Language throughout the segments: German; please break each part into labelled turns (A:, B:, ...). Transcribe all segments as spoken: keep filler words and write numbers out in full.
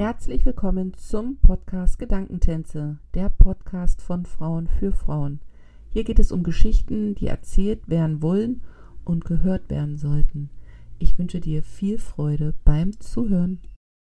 A: Herzlich willkommen zum Podcast Gedankentänze, der Podcast von Frauen für Frauen. Hier geht es um Geschichten, die erzählt werden wollen und gehört werden sollten. Ich wünsche dir viel Freude beim Zuhören.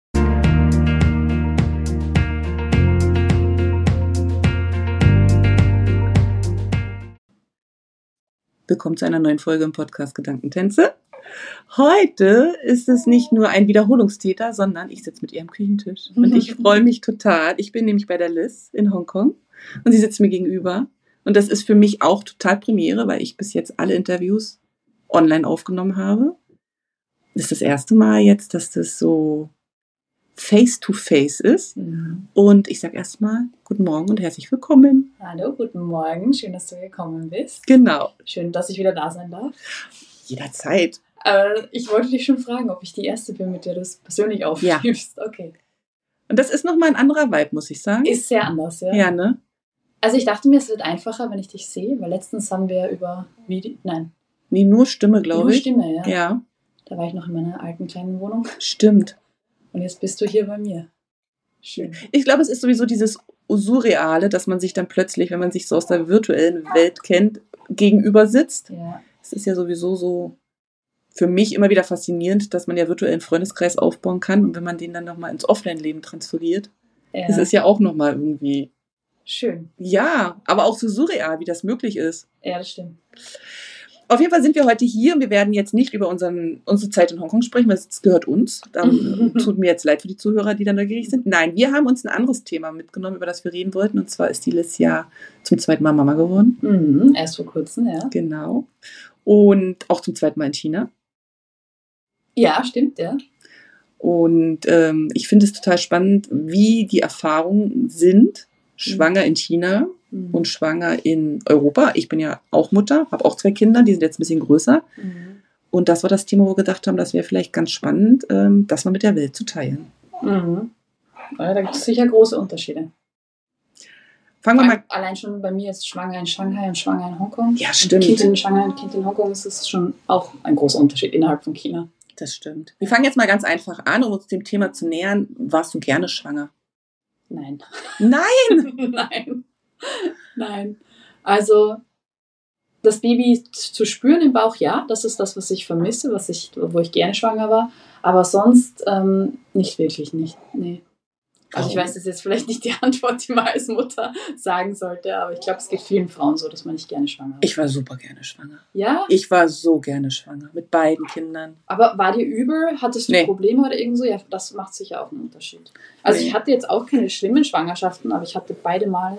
B: Willkommen zu einer neuen Folge im Podcast Gedankentänze. Heute ist es nicht nur ein Wiederholungstäter, sondern ich sitze mit ihr am Küchentisch und ich freue mich total. Ich bin nämlich bei der Liz in Hongkong und sie sitzt mir gegenüber und das ist für mich auch total Premiere, weil ich bis jetzt alle Interviews online aufgenommen habe. Das ist das erste Mal jetzt, dass das so face-to-face ist. Mhm. Und ich sage erstmal guten Morgen und herzlich willkommen.
C: Hallo, guten Morgen. Schön, dass du gekommen bist.
B: Genau.
C: Schön, dass ich wieder da sein darf.
B: Jederzeit.
C: Aber ich wollte dich schon fragen, ob ich die Erste bin, mit der du es persönlich aufnimmst. Ja. Okay.
B: Und das ist nochmal ein anderer Vibe, muss ich sagen.
C: Ist sehr anders, ja.
B: Ja, ne?
C: Also ich dachte mir, es wird einfacher, wenn ich dich sehe, weil letztens haben wir über Video... Nein.
B: Nee, nur Stimme, glaube ich.
C: Nur Stimme, ja.
B: Ja.
C: Da war ich noch in meiner alten kleinen Wohnung.
B: Stimmt.
C: Und jetzt bist du hier bei mir. Schön.
B: Ich glaube, es ist sowieso dieses Surreale, dass man sich dann plötzlich, wenn man sich so aus der virtuellen Welt kennt, gegenüber sitzt.
C: Ja.
B: Es ist ja sowieso so für mich immer wieder faszinierend, dass man ja virtuellen Freundeskreis aufbauen kann und wenn man den dann nochmal ins Offline-Leben transferiert, ja. Das ist ja auch nochmal irgendwie...
C: Schön.
B: Ja, aber auch so surreal, wie das möglich ist.
C: Ja, das stimmt.
B: Auf jeden Fall sind wir heute hier und wir werden jetzt nicht über unseren, unsere Zeit in Hongkong sprechen, weil es gehört uns. Dann tut mir jetzt leid für die Zuhörer, die da neugierig sind. Nein, wir haben uns ein anderes Thema mitgenommen, über das wir reden wollten. Und zwar ist die Liz ja zum zweiten Mal Mama geworden.
C: Mhm, erst vor kurzem, ja.
B: Genau. Und auch zum zweiten Mal in China.
C: Ja, stimmt, ja.
B: Und ähm, ich finde es total spannend, wie die Erfahrungen sind, schwanger in China und schwanger in Europa. Ich bin ja auch Mutter, habe auch zwei Kinder, die sind jetzt ein bisschen größer. Mhm. Und das war das Thema, wo wir gedacht haben, das wäre vielleicht ganz spannend, ähm, das mal mit der Welt zu teilen.
C: Mhm. Ja, da gibt es sicher große Unterschiede.
B: Fangen wir mal.
C: Allein schon bei mir ist schwanger in Shanghai und schwanger in Hongkong.
B: Ja, stimmt.
C: Und Kind in Shanghai und Kind in Hongkong ist es schon auch ein großer Unterschied innerhalb von China.
B: Das stimmt. Wir fangen jetzt mal ganz einfach an, um uns dem Thema zu nähern. Warst du gerne schwanger?
C: Nein.
B: Nein?
C: Nein. Nein. Also das Baby zu spüren im Bauch, ja, das ist das, was ich vermisse, was ich, wo ich gerne schwanger war. Aber sonst ähm, nicht wirklich, nicht. Nee. Also ich weiß, das ist jetzt vielleicht nicht die Antwort, die man als Mutter sagen sollte, aber ich glaube, es geht vielen Frauen so, dass man nicht gerne schwanger ist.
B: Ich war super gerne schwanger.
C: Ja?
B: Ich war so gerne schwanger, mit beiden Kindern.
C: Aber war dir übel? Hattest du nee. Probleme oder irgend so? Ja, das macht sicher auch einen Unterschied. Also nee. Ich hatte jetzt auch keine schlimmen Schwangerschaften, aber ich hatte beide Male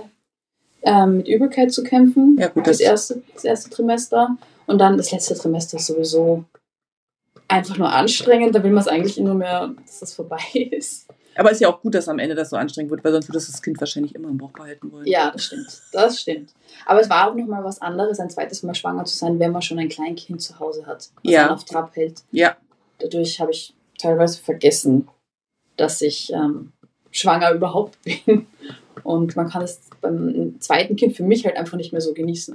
C: ähm, mit Übelkeit zu kämpfen.
B: Ja, gut,
C: das, das, erste, das erste Trimester. Und dann das letzte Trimester ist sowieso einfach nur anstrengend. Da will man es eigentlich nur mehr, dass das vorbei ist.
B: Aber es ist ja auch gut, dass am Ende das so anstrengend wird, weil sonst würde das Kind wahrscheinlich immer im Bauch behalten wollen.
C: Ja, das stimmt. Das stimmt. Aber es war auch nochmal was anderes, ein zweites Mal schwanger zu sein, wenn man schon ein Kleinkind zu Hause hat, was
B: ja.
C: einen auf Trab hält.
B: Ja.
C: Dadurch habe ich teilweise vergessen, dass ich ähm, schwanger überhaupt bin. Und man kann es beim zweiten Kind für mich halt einfach nicht mehr so genießen.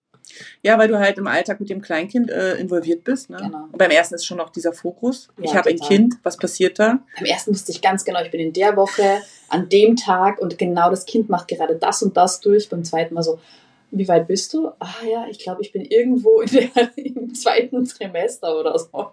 B: Ja, weil du halt im Alltag mit dem Kleinkind äh, involviert bist. Ne?
C: Genau.
B: Und beim ersten ist schon noch dieser Fokus.
C: Ja,
B: ich habe ein Kind, was passiert da?
C: Beim ersten wusste ich ganz genau, ich bin in der Woche, an dem Tag und genau das Kind macht gerade das und das durch. Beim zweiten Mal so, wie weit bist du? Ah ja, ich glaube, ich bin irgendwo in der, im zweiten Trimester oder so.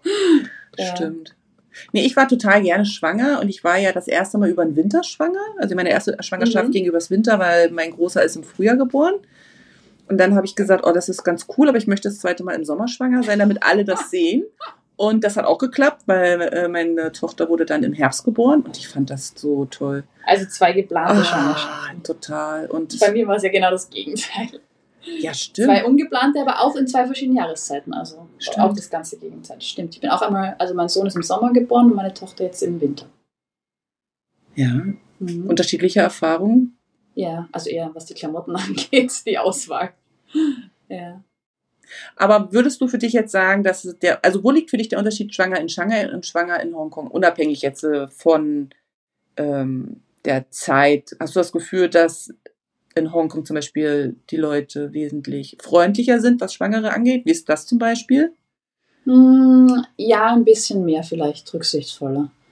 B: Stimmt. Nee, ich war total gerne schwanger und ich war ja das erste Mal über den Winter schwanger. Also meine erste Schwangerschaft mhm. ging übers Winter, weil mein Großer ist im Frühjahr geboren. Und dann habe ich gesagt, oh, das ist ganz cool, aber ich möchte das zweite Mal im Sommer schwanger sein, damit alle das sehen. Und das hat auch geklappt, weil äh, meine Tochter wurde dann im Herbst geboren und ich fand das so toll.
C: Also zwei geplante
B: ah,
C: Schwangerschaften.
B: Total. Und
C: bei mir war es ja genau das Gegenteil.
B: Ja, stimmt.
C: Zwei ungeplante, aber auch in zwei verschiedenen Jahreszeiten. Also
B: stimmt.
C: Auch das ganze Gegenteil. Stimmt. Ich bin auch einmal, also mein Sohn ist im Sommer geboren und meine Tochter jetzt im Winter.
B: Ja. Mhm. Unterschiedliche Erfahrungen?
C: Ja, also eher was die Klamotten angeht, die Auswahl. Ja.
B: Aber würdest du für dich jetzt sagen, dass der, also wo liegt für dich der Unterschied schwanger in Shanghai und schwanger in Hongkong, unabhängig jetzt von ähm, der Zeit? Hast du das Gefühl, dass in Hongkong zum Beispiel die Leute wesentlich freundlicher sind, was Schwangere angeht? Wie ist das zum Beispiel?
C: Ja, ein bisschen mehr vielleicht rücksichtsvoller.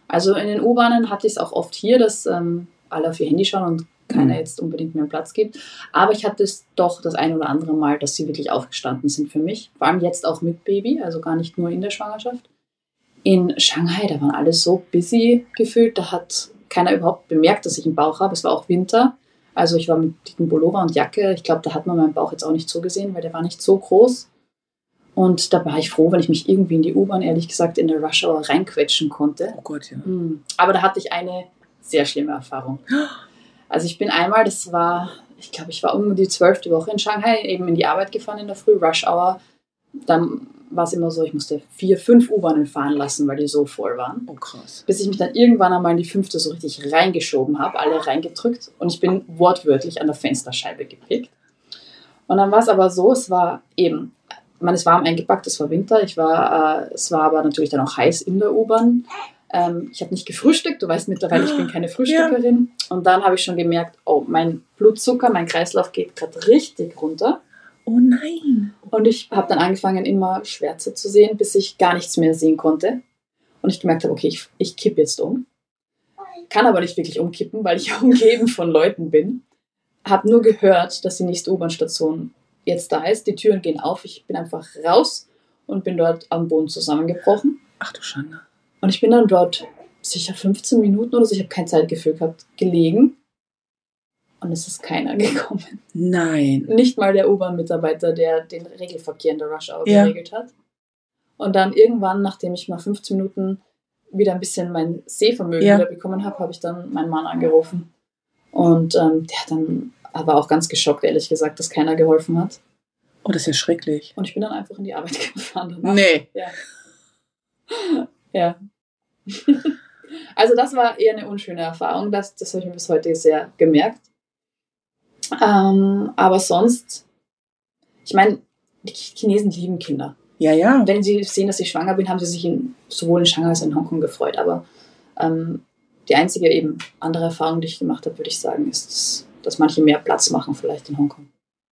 C: Also in den U-Bahnen hatte ich es auch oft hier, dass ähm, alle auf ihr Handy schauen und keiner jetzt unbedingt mehr Platz gibt. Aber ich hatte es doch das ein oder andere Mal, dass sie wirklich aufgestanden sind für mich. Vor allem jetzt auch mit Baby, also gar nicht nur in der Schwangerschaft. In Shanghai, da waren alle so busy gefühlt, da hat keiner überhaupt bemerkt, dass ich einen Bauch habe. Es war auch Winter, also ich war mit dicken Pullover und Jacke. Ich glaube, da hat man meinen Bauch jetzt auch nicht so gesehen, weil der war nicht so groß. Und da war ich froh, weil ich mich irgendwie in die U-Bahn, ehrlich gesagt, in der Rush Hour reinquetschen konnte.
B: Oh Gott, ja.
C: Aber da hatte ich eine sehr schlimme Erfahrung. Also ich bin einmal, das war, ich glaube, ich war um die zwölfte Woche in Shanghai, eben in die Arbeit gefahren in der Früh, Rush Hour. Dann war es immer so, ich musste vier, fünf U-Bahnen fahren lassen, weil die so voll waren.
B: Oh krass.
C: Bis ich mich dann irgendwann einmal in die fünfte so richtig reingeschoben habe, alle reingedrückt und ich bin wortwörtlich an der Fensterscheibe gepickt. Und dann war es aber so, es war eben, ich meine, es war warm eingepackt, es war Winter, ich war, äh, es war aber natürlich dann auch heiß in der U-Bahn. Ähm, ich habe nicht gefrühstückt, du weißt mittlerweile, ich bin keine Frühstückerin. Ja. Und dann habe ich schon gemerkt, oh, mein Blutzucker, mein Kreislauf geht gerade richtig runter.
B: Oh nein.
C: Und ich habe dann angefangen, immer Schwärze zu sehen, bis ich gar nichts mehr sehen konnte. Und ich gemerkt habe, okay, ich, ich kippe jetzt um. Kann aber nicht wirklich umkippen, weil ich umgeben von Leuten bin. Habe nur gehört, dass die nächste U-Bahn-Station jetzt da ist. Die Türen gehen auf. Ich bin einfach raus und bin dort am Boden zusammengebrochen.
B: Ach du Schande.
C: Und ich bin dann dort sicher fünfzehn Minuten oder so, ich habe kein Zeitgefühl gehabt, gelegen. Und es ist keiner gekommen.
B: Nein.
C: Nicht mal der U-Bahn-Mitarbeiter, der den Regelverkehr in der Rush Hour
B: ja.
C: geregelt hat. Und dann irgendwann, nachdem ich mal fünfzehn Minuten wieder ein bisschen mein Sehvermögen
B: ja.
C: wieder bekommen habe, habe ich dann meinen Mann angerufen. Und ähm, der hat dann aber auch ganz geschockt, ehrlich gesagt, dass keiner geholfen hat.
B: Oh, das ist ja schrecklich.
C: Und ich bin dann einfach in die Arbeit gefahren. Danach.
B: Nee.
C: Ja. Ja. Also das war eher eine unschöne Erfahrung. Das, das habe ich mir bis heute sehr gemerkt. Ähm, aber sonst, ich meine, die Chinesen lieben Kinder.
B: Ja, ja.
C: Wenn sie sehen, dass ich schwanger bin, haben sie sich in, sowohl in Shanghai als auch in Hongkong gefreut. Aber ähm, die einzige eben andere Erfahrung, die ich gemacht habe, würde ich sagen, ist, dass, dass manche mehr Platz machen vielleicht in Hongkong.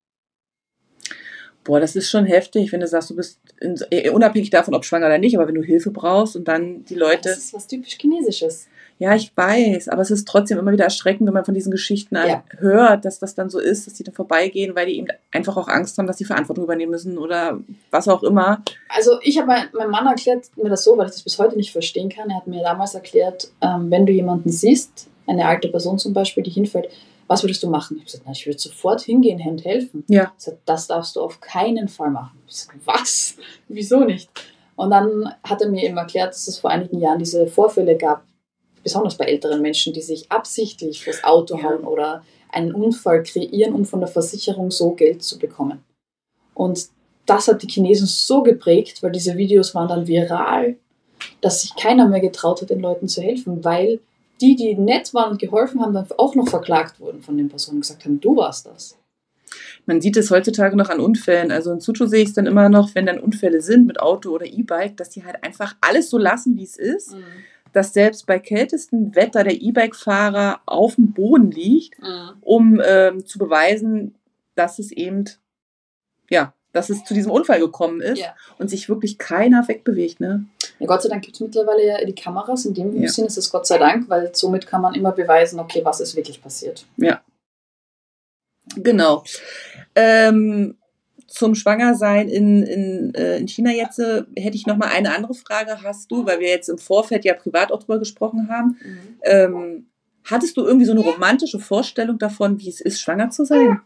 B: Boah, das ist schon heftig, wenn du sagst, du bist in, unabhängig davon, ob schwanger oder nicht, aber wenn du Hilfe brauchst und dann die Leute...
C: Das ist was typisch Chinesisches.
B: Ja, ich weiß, aber es ist trotzdem immer wieder erschreckend, wenn man von diesen Geschichten
C: ja.
B: hört, dass das dann so ist, dass die dann vorbeigehen, weil die eben einfach auch Angst haben, dass die Verantwortung übernehmen müssen oder was auch immer.
C: Also ich habe mein, mein Mann erklärt mir das so, weil ich das bis heute nicht verstehen kann. Er hat mir damals erklärt, ähm, wenn du jemanden siehst, eine alte Person zum Beispiel, die hinfällt, was würdest du machen? Ich habe gesagt, na, ich würde sofort hingehen und helfen.
B: Ja.
C: Ich habe gesagt, das darfst du auf keinen Fall machen. Ich habe gesagt, was? Wieso nicht? Und dann hat er mir eben erklärt, dass es vor einigen Jahren diese Vorfälle gab, besonders bei älteren Menschen, die sich absichtlich vors Auto
B: ja.
C: hauen oder einen Unfall kreieren, um von der Versicherung so Geld zu bekommen. Und das hat die Chinesen so geprägt, weil diese Videos waren dann viral, dass sich keiner mehr getraut hat, den Leuten zu helfen, weil die, die nett waren und geholfen haben, dann auch noch verklagt wurden von den Personen und gesagt haben, du warst das.
B: Man sieht es heutzutage noch an Unfällen. Also in Suzhou sehe ich es dann immer noch, wenn dann Unfälle sind mit Auto oder E-Bike, dass die halt einfach alles so lassen, wie es ist. Mhm. Dass selbst bei kältestem Wetter der E-Bike-Fahrer auf dem Boden liegt, mhm. um ähm, zu beweisen, dass es eben, ja, dass es zu diesem Unfall gekommen ist ja. und sich wirklich keiner wegbewegt, ne?
C: Ja, Gott sei Dank gibt es mittlerweile ja die Kameras, in dem ja. Sinn ist es Gott sei Dank, weil somit kann man immer beweisen, okay, was ist wirklich passiert.
B: Ja. Genau. Ähm, zum Schwangersein in, in, in China jetzt äh, hätte ich noch mal eine andere Frage. Hast du, weil wir jetzt im Vorfeld ja privat auch drüber gesprochen haben, mhm. ähm, hattest du irgendwie so eine romantische Vorstellung davon, wie es ist, schwanger zu sein?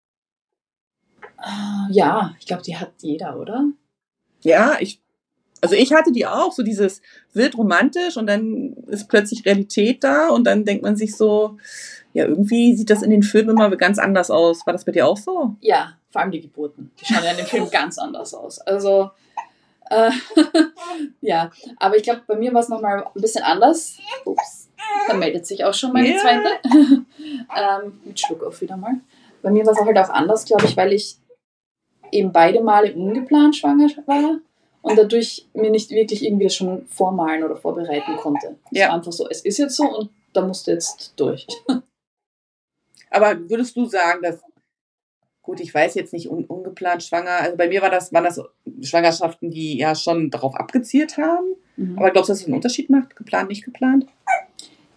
C: Ja, ich glaube, die hat jeder, oder?
B: Ja, ich, also ich hatte die auch, so dieses wild romantisch und dann ist plötzlich Realität da und dann denkt man sich so, ja, irgendwie sieht das in den Filmen immer ganz anders aus. War das bei dir auch so?
C: Ja, vor allem die Geburten. Die schauen ja in den Filmen ganz anders aus. Also, äh, ja, aber ich glaube, bei mir war es nochmal ein bisschen anders. Ups, da meldet sich auch schon meine yeah. zweite. ähm, mit Schluck auf wieder mal. Bei mir war es halt auch anders, glaube ich, weil ich eben beide Male ungeplant schwanger war und dadurch mir nicht wirklich irgendwie das schon vormalen oder vorbereiten konnte. Es ja. war einfach so, es ist jetzt so und da musst du jetzt durch.
B: Aber würdest du sagen, dass, gut, ich weiß jetzt nicht, un, ungeplant schwanger, also bei mir war das, waren das Schwangerschaften, die ja schon darauf abgezielt haben, mhm. aber glaubst du, dass es einen Unterschied macht, geplant, nicht geplant?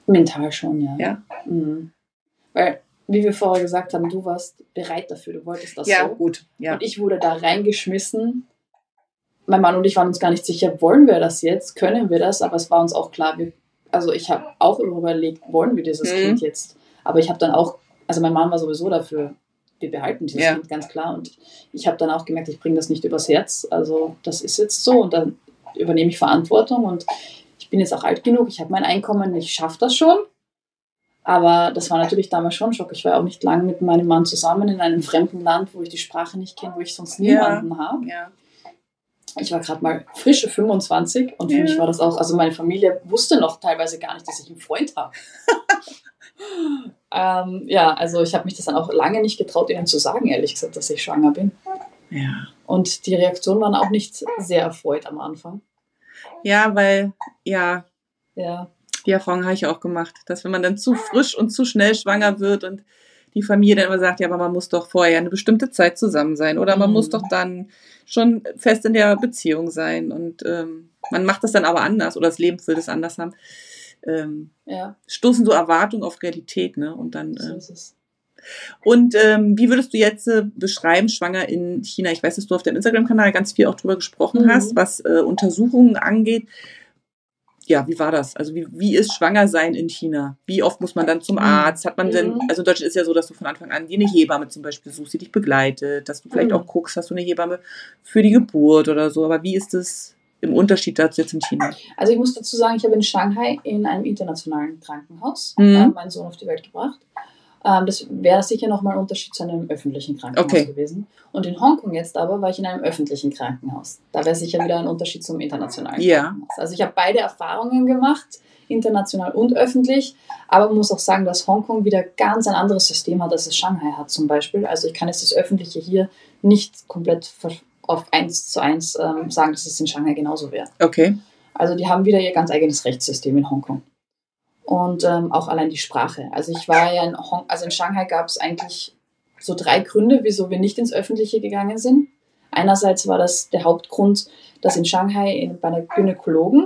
C: Mental schon, ja.
B: Ja.
C: Mhm. Weil, wie wir vorher gesagt haben, du warst bereit dafür, du wolltest das
B: Ja,
C: so.
B: gut. Ja.
C: Und ich wurde da reingeschmissen. Mein Mann und ich waren uns gar nicht sicher, wollen wir das jetzt, können wir das, aber es war uns auch klar, wir, also ich habe auch überlegt, wollen wir dieses
B: Mhm.
C: Kind jetzt? Aber ich habe dann auch, also mein Mann war sowieso dafür, wir behalten dieses
B: Ja.
C: Kind, ganz klar. Und ich habe dann auch gemerkt, ich bringe das nicht übers Herz. Also das ist jetzt so und dann übernehme ich Verantwortung und ich bin jetzt auch alt genug, ich habe mein Einkommen, ich schaffe das schon. Aber das war natürlich damals schon ein Schock. Ich war auch nicht lange mit meinem Mann zusammen in einem fremden Land, wo ich die Sprache nicht kenne, wo ich sonst niemanden
B: Ja.
C: habe.
B: Ja.
C: Ich war gerade mal frische fünfundzwanzig und für
B: Ja.
C: mich war das auch, also meine Familie wusste noch teilweise gar nicht, dass ich einen Freund habe. ähm, ja, also ich habe mich das dann auch lange nicht getraut, ihnen zu sagen, ehrlich gesagt, dass ich schwanger bin.
B: Ja.
C: Und die Reaktionen waren auch nicht sehr erfreut am Anfang.
B: Ja, weil, ja,
C: Ja,
B: die Erfahrung habe ich auch gemacht, dass wenn man dann zu frisch und zu schnell schwanger wird und die Familie dann immer sagt, ja, aber man muss doch vorher eine bestimmte Zeit zusammen sein oder man
C: Mhm.
B: muss doch dann schon fest in der Beziehung sein und ähm, man macht das dann aber anders oder das Leben will das anders haben, ähm,
C: ja,
B: stoßen so Erwartungen auf Realität, ne? Und dann
C: so
B: äh,
C: ist es.
B: und ähm, wie würdest du jetzt äh, beschreiben, schwanger in China? Ich weiß, dass du auf deinem Instagram-Kanal ganz viel auch drüber gesprochen
C: Mhm.
B: hast, was äh, Untersuchungen angeht. Ja, wie war das? Also wie, wie ist Schwangersein in China? Wie oft muss man dann zum
C: Mhm.
B: Arzt? Hat man denn,
C: Mhm.
B: also in Deutschland ist ja so, dass du von Anfang an dir eine Hebamme zum Beispiel suchst, die dich begleitet, dass du vielleicht
C: Mhm.
B: auch guckst, hast du eine Hebamme für die Geburt oder so. Aber wie ist es im Unterschied dazu jetzt in China?
C: Also ich muss dazu sagen, ich habe in Shanghai in einem internationalen Krankenhaus
B: Mhm.
C: äh, meinen Sohn auf die Welt gebracht. Ähm, das wäre sicher nochmal ein Unterschied zu einem öffentlichen Krankenhaus
B: Okay.
C: gewesen. Und in Hongkong jetzt aber war ich in einem öffentlichen Krankenhaus. Da wäre sicher wieder ein Unterschied zum internationalen
B: Ja.
C: Krankenhaus. Also ich habe beide Erfahrungen gemacht, international und öffentlich. Aber man muss auch sagen, dass Hongkong wieder ganz ein anderes System hat, als es Shanghai hat zum Beispiel. Also ich kann jetzt das Öffentliche hier nicht komplett ver- auf eins zu eins ähm, sagen, dass es in Shanghai genauso wäre.
B: Okay.
C: Also die haben wieder ihr ganz eigenes Rechtssystem in Hongkong. Und ähm, auch allein die Sprache. Also ich war ja in Hong also in Shanghai gab es eigentlich so drei Gründe, wieso wir nicht ins Öffentliche gegangen sind. Einerseits war das der Hauptgrund, dass in Shanghai in, bei einer Gynäkologen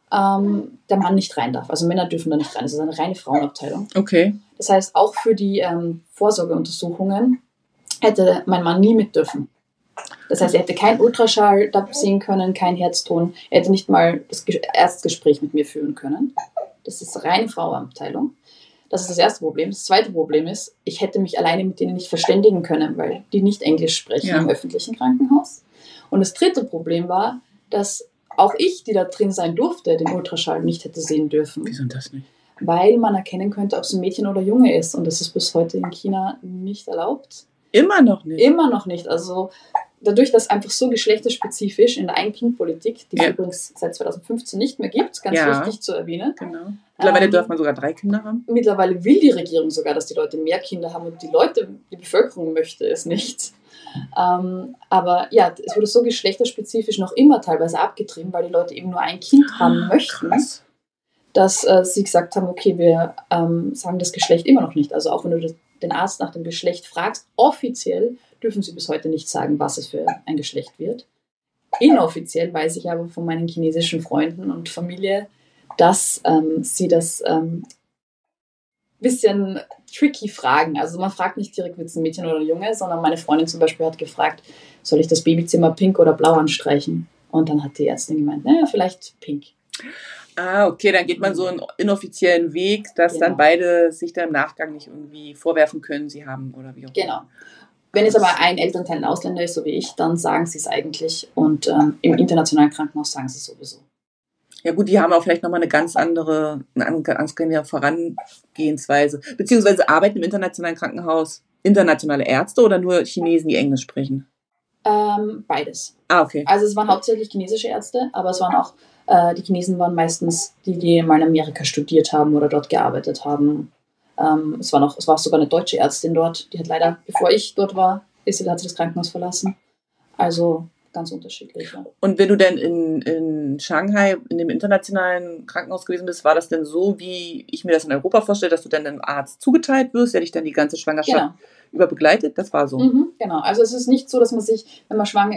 C: ähm, der Mann nicht rein darf. Also Männer dürfen da nicht rein. Das ist eine reine Frauenabteilung.
B: Okay.
C: Das heißt, auch für die ähm, Vorsorgeuntersuchungen hätte mein Mann nie mit dürfen. Das heißt, er hätte keinen Ultraschall da sehen können, kein Herzton. Er hätte nicht mal das Ge- Erstgespräch mit mir führen können. Das ist reine Frauenabteilung. Das ist das erste Problem. Das zweite Problem ist, ich hätte mich alleine mit denen nicht verständigen können, weil die nicht Englisch sprechen
B: Ja.
C: im öffentlichen Krankenhaus. Und das dritte Problem war, dass auch ich, die da drin sein durfte, den Ultraschall nicht hätte sehen dürfen,
B: Wieso denn das nicht?
C: weil man erkennen könnte, ob es ein Mädchen oder Junge ist. Und das ist bis heute in China nicht erlaubt.
B: Immer noch nicht.
C: Immer noch nicht. Also dadurch, dass einfach so geschlechterspezifisch in der Ein-Kind-Politik, die es
B: Ja.
C: übrigens seit zweitausendfünfzehn nicht mehr gibt, ganz
B: Ja.
C: wichtig zu erwähnen.
B: Genau. Mittlerweile
C: Ähm,
B: darf man sogar drei Kinder haben.
C: Mittlerweile will die Regierung sogar, dass die Leute mehr Kinder haben und die Leute, die Bevölkerung möchte es nicht. Ähm, aber ja, es wurde so geschlechterspezifisch noch immer teilweise abgetrieben, weil die Leute eben nur ein Kind haben möchten,
B: Krass.
C: dass äh, sie gesagt haben, okay, wir ähm, sagen das Geschlecht immer noch nicht. Also auch wenn du das, den Arzt nach dem Geschlecht fragst, offiziell dürfen sie bis heute nicht sagen, was es für ein Geschlecht wird. Inoffiziell weiß ich aber von meinen chinesischen Freunden und Familie, dass ähm, sie das ähm, bisschen tricky fragen. Also man fragt nicht direkt, wird es ein Mädchen oder ein Junge, sondern meine Freundin zum Beispiel hat gefragt, soll ich das Babyzimmer pink oder blau anstreichen? Und dann hat die Ärztin gemeint, naja, vielleicht pink.
B: Ah, okay, dann geht man so einen inoffiziellen Weg, dass
C: Genau.
B: dann beide sich dann im Nachgang nicht irgendwie vorwerfen können, sie haben oder wie auch immer.
C: Genau. Wenn jetzt aber ein Elternteil ein Ausländer ist, so wie ich, dann sagen sie es eigentlich und ähm, im internationalen Krankenhaus sagen sie es sowieso.
B: Ja gut, die haben auch vielleicht nochmal eine ganz andere, eine ganz andere Vorangehensweise. Beziehungsweise arbeiten im internationalen Krankenhaus internationale Ärzte oder nur Chinesen, die Englisch sprechen?
C: Ähm, beides.
B: Ah, okay.
C: Also es waren hauptsächlich chinesische Ärzte, aber es waren auch, äh, die Chinesen waren meistens die, die mal in Amerika studiert haben oder dort gearbeitet haben. Ähm, es, war noch, es war sogar eine deutsche Ärztin dort, die hat leider, bevor ich dort war, ist sie, hat sie das Krankenhaus verlassen. Also ganz unterschiedlich. Ja.
B: Und wenn du denn in, in Shanghai in dem internationalen Krankenhaus gewesen bist, war das denn so, wie ich mir das in Europa vorstelle, dass du dann einem Arzt zugeteilt wirst, der dich dann die ganze Schwangerschaft
C: Genau.
B: über begleitet? Das war so.
C: Mhm, genau. Also es ist nicht so, dass man sich, wenn man schwanger ist,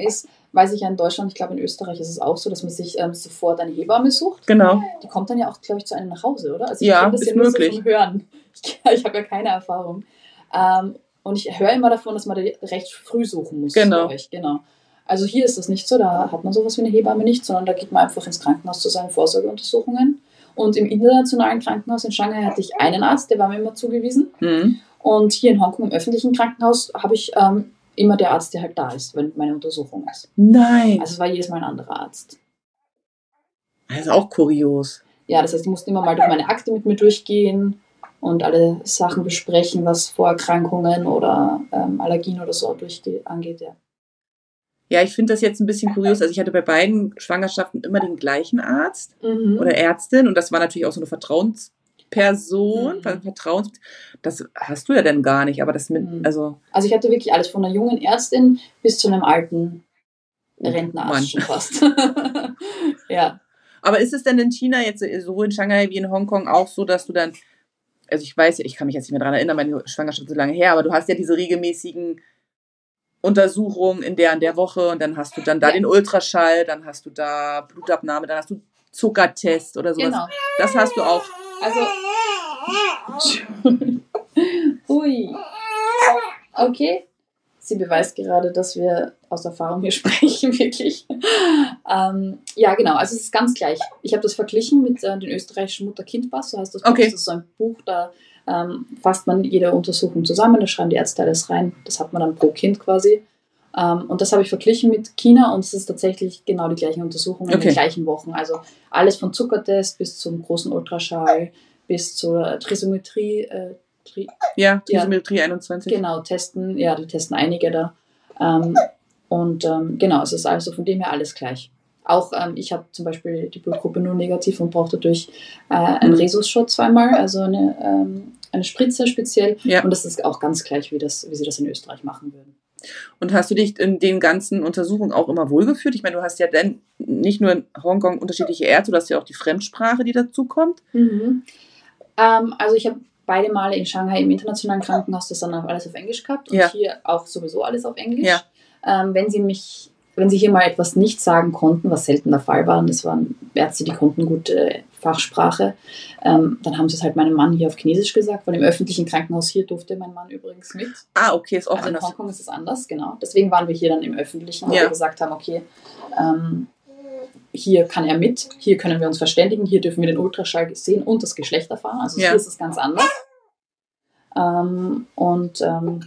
C: weiß ich ja in Deutschland, ich glaube in Österreich ist es auch so, dass man sich ähm, sofort eine Hebamme sucht.
B: Genau.
C: Die kommt dann ja auch, glaube ich, zu einem nach Hause, oder? Also ich
B: Ja,
C: kenne das
B: ist
C: ja nur
B: möglich.
C: so vom Hören. Ich, ich habe ja keine Erfahrung. Ähm, und ich höre immer davon, dass man da recht früh suchen muss.
B: Genau.
C: Bei euch. Genau. Also hier ist das nicht so, da hat man sowas wie eine Hebamme nicht, sondern da geht man einfach ins Krankenhaus zu seinen Vorsorgeuntersuchungen. Und im internationalen Krankenhaus in Shanghai hatte ich einen Arzt, der war mir immer zugewiesen.
B: Mhm.
C: Und hier in Hongkong im öffentlichen Krankenhaus habe ich ähm, immer der Arzt, der halt da ist, wenn meine Untersuchung ist.
B: Nein.
C: Also es war jedes Mal ein anderer Arzt.
B: Das ist auch kurios.
C: Ja, das heißt, ich musste immer mal durch meine Akte mit mir durchgehen und alle Sachen besprechen, was Vorerkrankungen oder ähm, Allergien oder so durchge- angeht. Ja.
B: Ja, ich finde das jetzt ein bisschen kurios. Also ich hatte bei beiden Schwangerschaften immer den gleichen Arzt
C: Mhm.
B: oder Ärztin und das war natürlich auch so eine Vertrauensperson.
C: Mhm.
B: Vertrauens das hast du ja dann gar nicht, aber das mit,
C: Mhm.
B: also...
C: Also ich hatte wirklich alles von einer jungen Ärztin bis zu einem alten Rentnerarzt
B: Mann.
C: schon fast. Ja.
B: Aber ist es denn in China jetzt sowohl in Shanghai wie in Hongkong auch so, dass du dann, also ich weiß, ich kann mich jetzt nicht mehr daran erinnern, meine Schwangerschaft ist so lange her, aber du hast ja diese regelmäßigen Untersuchungen in der in der Woche und dann hast du dann da
C: Ja.
B: den Ultraschall, dann hast du da Blutabnahme, dann hast du Zuckertest oder sowas.
C: Genau.
B: Das hast du auch.
C: Also. Ui. Okay. Sie beweist gerade, dass wir aus Erfahrung hier sprechen, wirklich. Ähm, ja, genau. Also es ist ganz gleich. Ich habe das verglichen mit äh, den österreichischen Mutter-Kind-Pass. So heißt das Buch.
B: Okay.
C: Das ist so ein Buch, da ähm, fasst man jede Untersuchung zusammen. Da schreiben die Ärzte alles rein. Das hat man dann pro Kind quasi. Ähm, und das habe ich verglichen mit China und es ist tatsächlich genau die gleichen Untersuchungen in
B: Okay.
C: den gleichen Wochen. Also alles von Zuckertest bis zum großen Ultraschall, bis zur Trisometrie. Äh, Tri-
B: Ja, Trisometrie einundzwanzig.
C: Genau, testen, ja, die testen einige da. Ähm, und ähm, genau, es ist also von dem her alles gleich. Auch ähm, ich habe zum Beispiel die Blutgruppe null negativ und brauche dadurch äh, einen
B: Mhm.
C: Rhesus-Shot zweimal, also eine, ähm, eine Spritze speziell.
B: Ja.
C: Und das ist auch ganz gleich, wie, das, wie sie das in Österreich machen würden.
B: Und hast du dich in den ganzen Untersuchungen auch immer wohlgefühlt? Ich meine, du hast ja dann nicht nur in Hongkong unterschiedliche Ärzte, du hast ja auch die Fremdsprache, die dazu kommt.
C: Mhm. Ähm, also ich habe beide Male in Shanghai im internationalen Krankenhaus das dann auch alles auf Englisch gehabt und
B: Ja.
C: hier auch sowieso alles auf Englisch.
B: Ja.
C: Ähm, wenn sie mich, wenn sie hier mal etwas nicht sagen konnten, was selten der Fall war, und das waren Ärzte, die konnten gute Fachsprache, ähm, dann haben sie es halt meinem Mann hier auf Chinesisch gesagt, weil im öffentlichen Krankenhaus hier durfte mein Mann übrigens mit.
B: Ah, okay, ist auch
C: Also in
B: anders.
C: Hongkong ist es anders, genau. Deswegen waren wir hier dann im öffentlichen, wo
B: Ja.
C: wir gesagt haben, okay, ähm, hier kann er mit, hier können wir uns verständigen, hier dürfen wir den Ultraschall sehen und das Geschlecht erfahren. Also
B: Ja.
C: hier ist es ganz anders. Ähm, und ähm,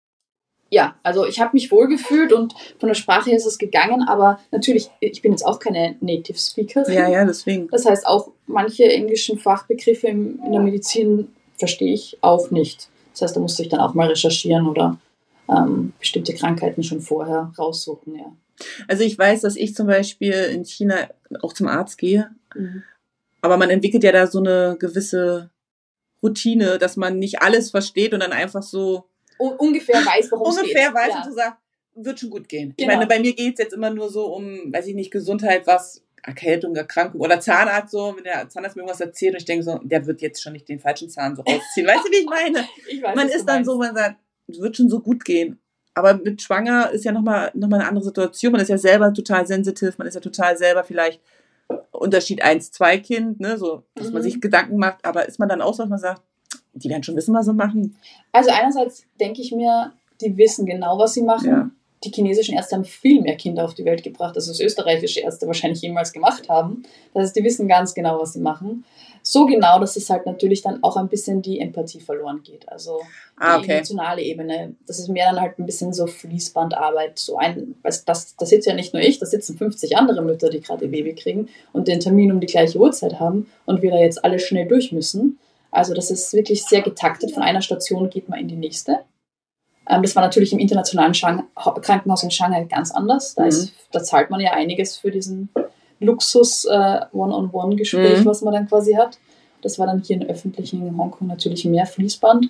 C: ja, also ich habe mich wohlgefühlt und von der Sprache her ist es gegangen, aber natürlich, ich bin jetzt auch keine Native Speakerin.
B: Ja, ja, deswegen.
C: Das heißt, auch manche englischen Fachbegriffe im, in der Medizin verstehe ich auch nicht. Das heißt, da musste ich dann auch mal recherchieren oder ähm, bestimmte Krankheiten schon vorher raussuchen, ja.
B: Also ich weiß, dass ich zum Beispiel in China auch zum Arzt gehe,
C: Mhm.
B: aber man entwickelt ja da so eine gewisse Routine, dass man nicht alles versteht und dann einfach so
C: Un- ungefähr weiß, worum es geht.
B: ungefähr weiß
C: Ja.
B: und so sagt, wird schon gut gehen. Ich
C: Genau.
B: meine, bei mir geht es jetzt immer nur so um, weiß ich nicht, Gesundheit, was, Erkältung, Erkrankung oder Zahnarzt so, wenn der Zahnarzt mir irgendwas erzählt und ich denke so, der wird jetzt schon nicht den falschen Zahn so rausziehen. Weißt du, wie ich meine?
C: Ich weiß,
B: Man
C: was du
B: ist dann
C: meinst.
B: so, man sagt, es wird schon so gut gehen. Aber mit Schwanger ist ja nochmal noch mal eine andere Situation. Man ist ja selber total sensitiv, man ist ja total selber vielleicht Unterschied eins zwei Kind, ne, so, dass
C: Mhm.
B: man sich Gedanken macht, aber ist man dann auch so, dass man sagt, die werden schon wissen, was sie machen.
C: Also einerseits denke ich mir, die wissen genau, was sie machen.
B: Ja.
C: Die chinesischen Ärzte haben viel mehr Kinder auf die Welt gebracht, als das österreichische Ärzte wahrscheinlich jemals gemacht haben. Das heißt, die wissen ganz genau, was sie machen. So genau, dass es halt natürlich dann auch ein bisschen die Empathie verloren geht. Also die
B: Ah, okay.
C: emotionale Ebene. Das ist mehr dann halt ein bisschen so Fließbandarbeit. So ein, das, das, da sitzt ja nicht nur ich, da sitzen fünfzig andere Mütter, die gerade ihr Baby kriegen und den Termin um die gleiche Uhrzeit haben und wir da jetzt alle schnell durch müssen. Also das ist wirklich sehr getaktet. Von einer Station geht man in die nächste. Ähm, das war natürlich im internationalen Shang- Krankenhaus in Shanghai ganz anders. Da,
B: Mhm.
C: ist, da zahlt man ja einiges für diesen Luxus äh, One-on-One-Gespräch,
B: Mhm.
C: was man dann quasi hat. Das war dann hier in öffentlichen in Hongkong natürlich mehr Fließband.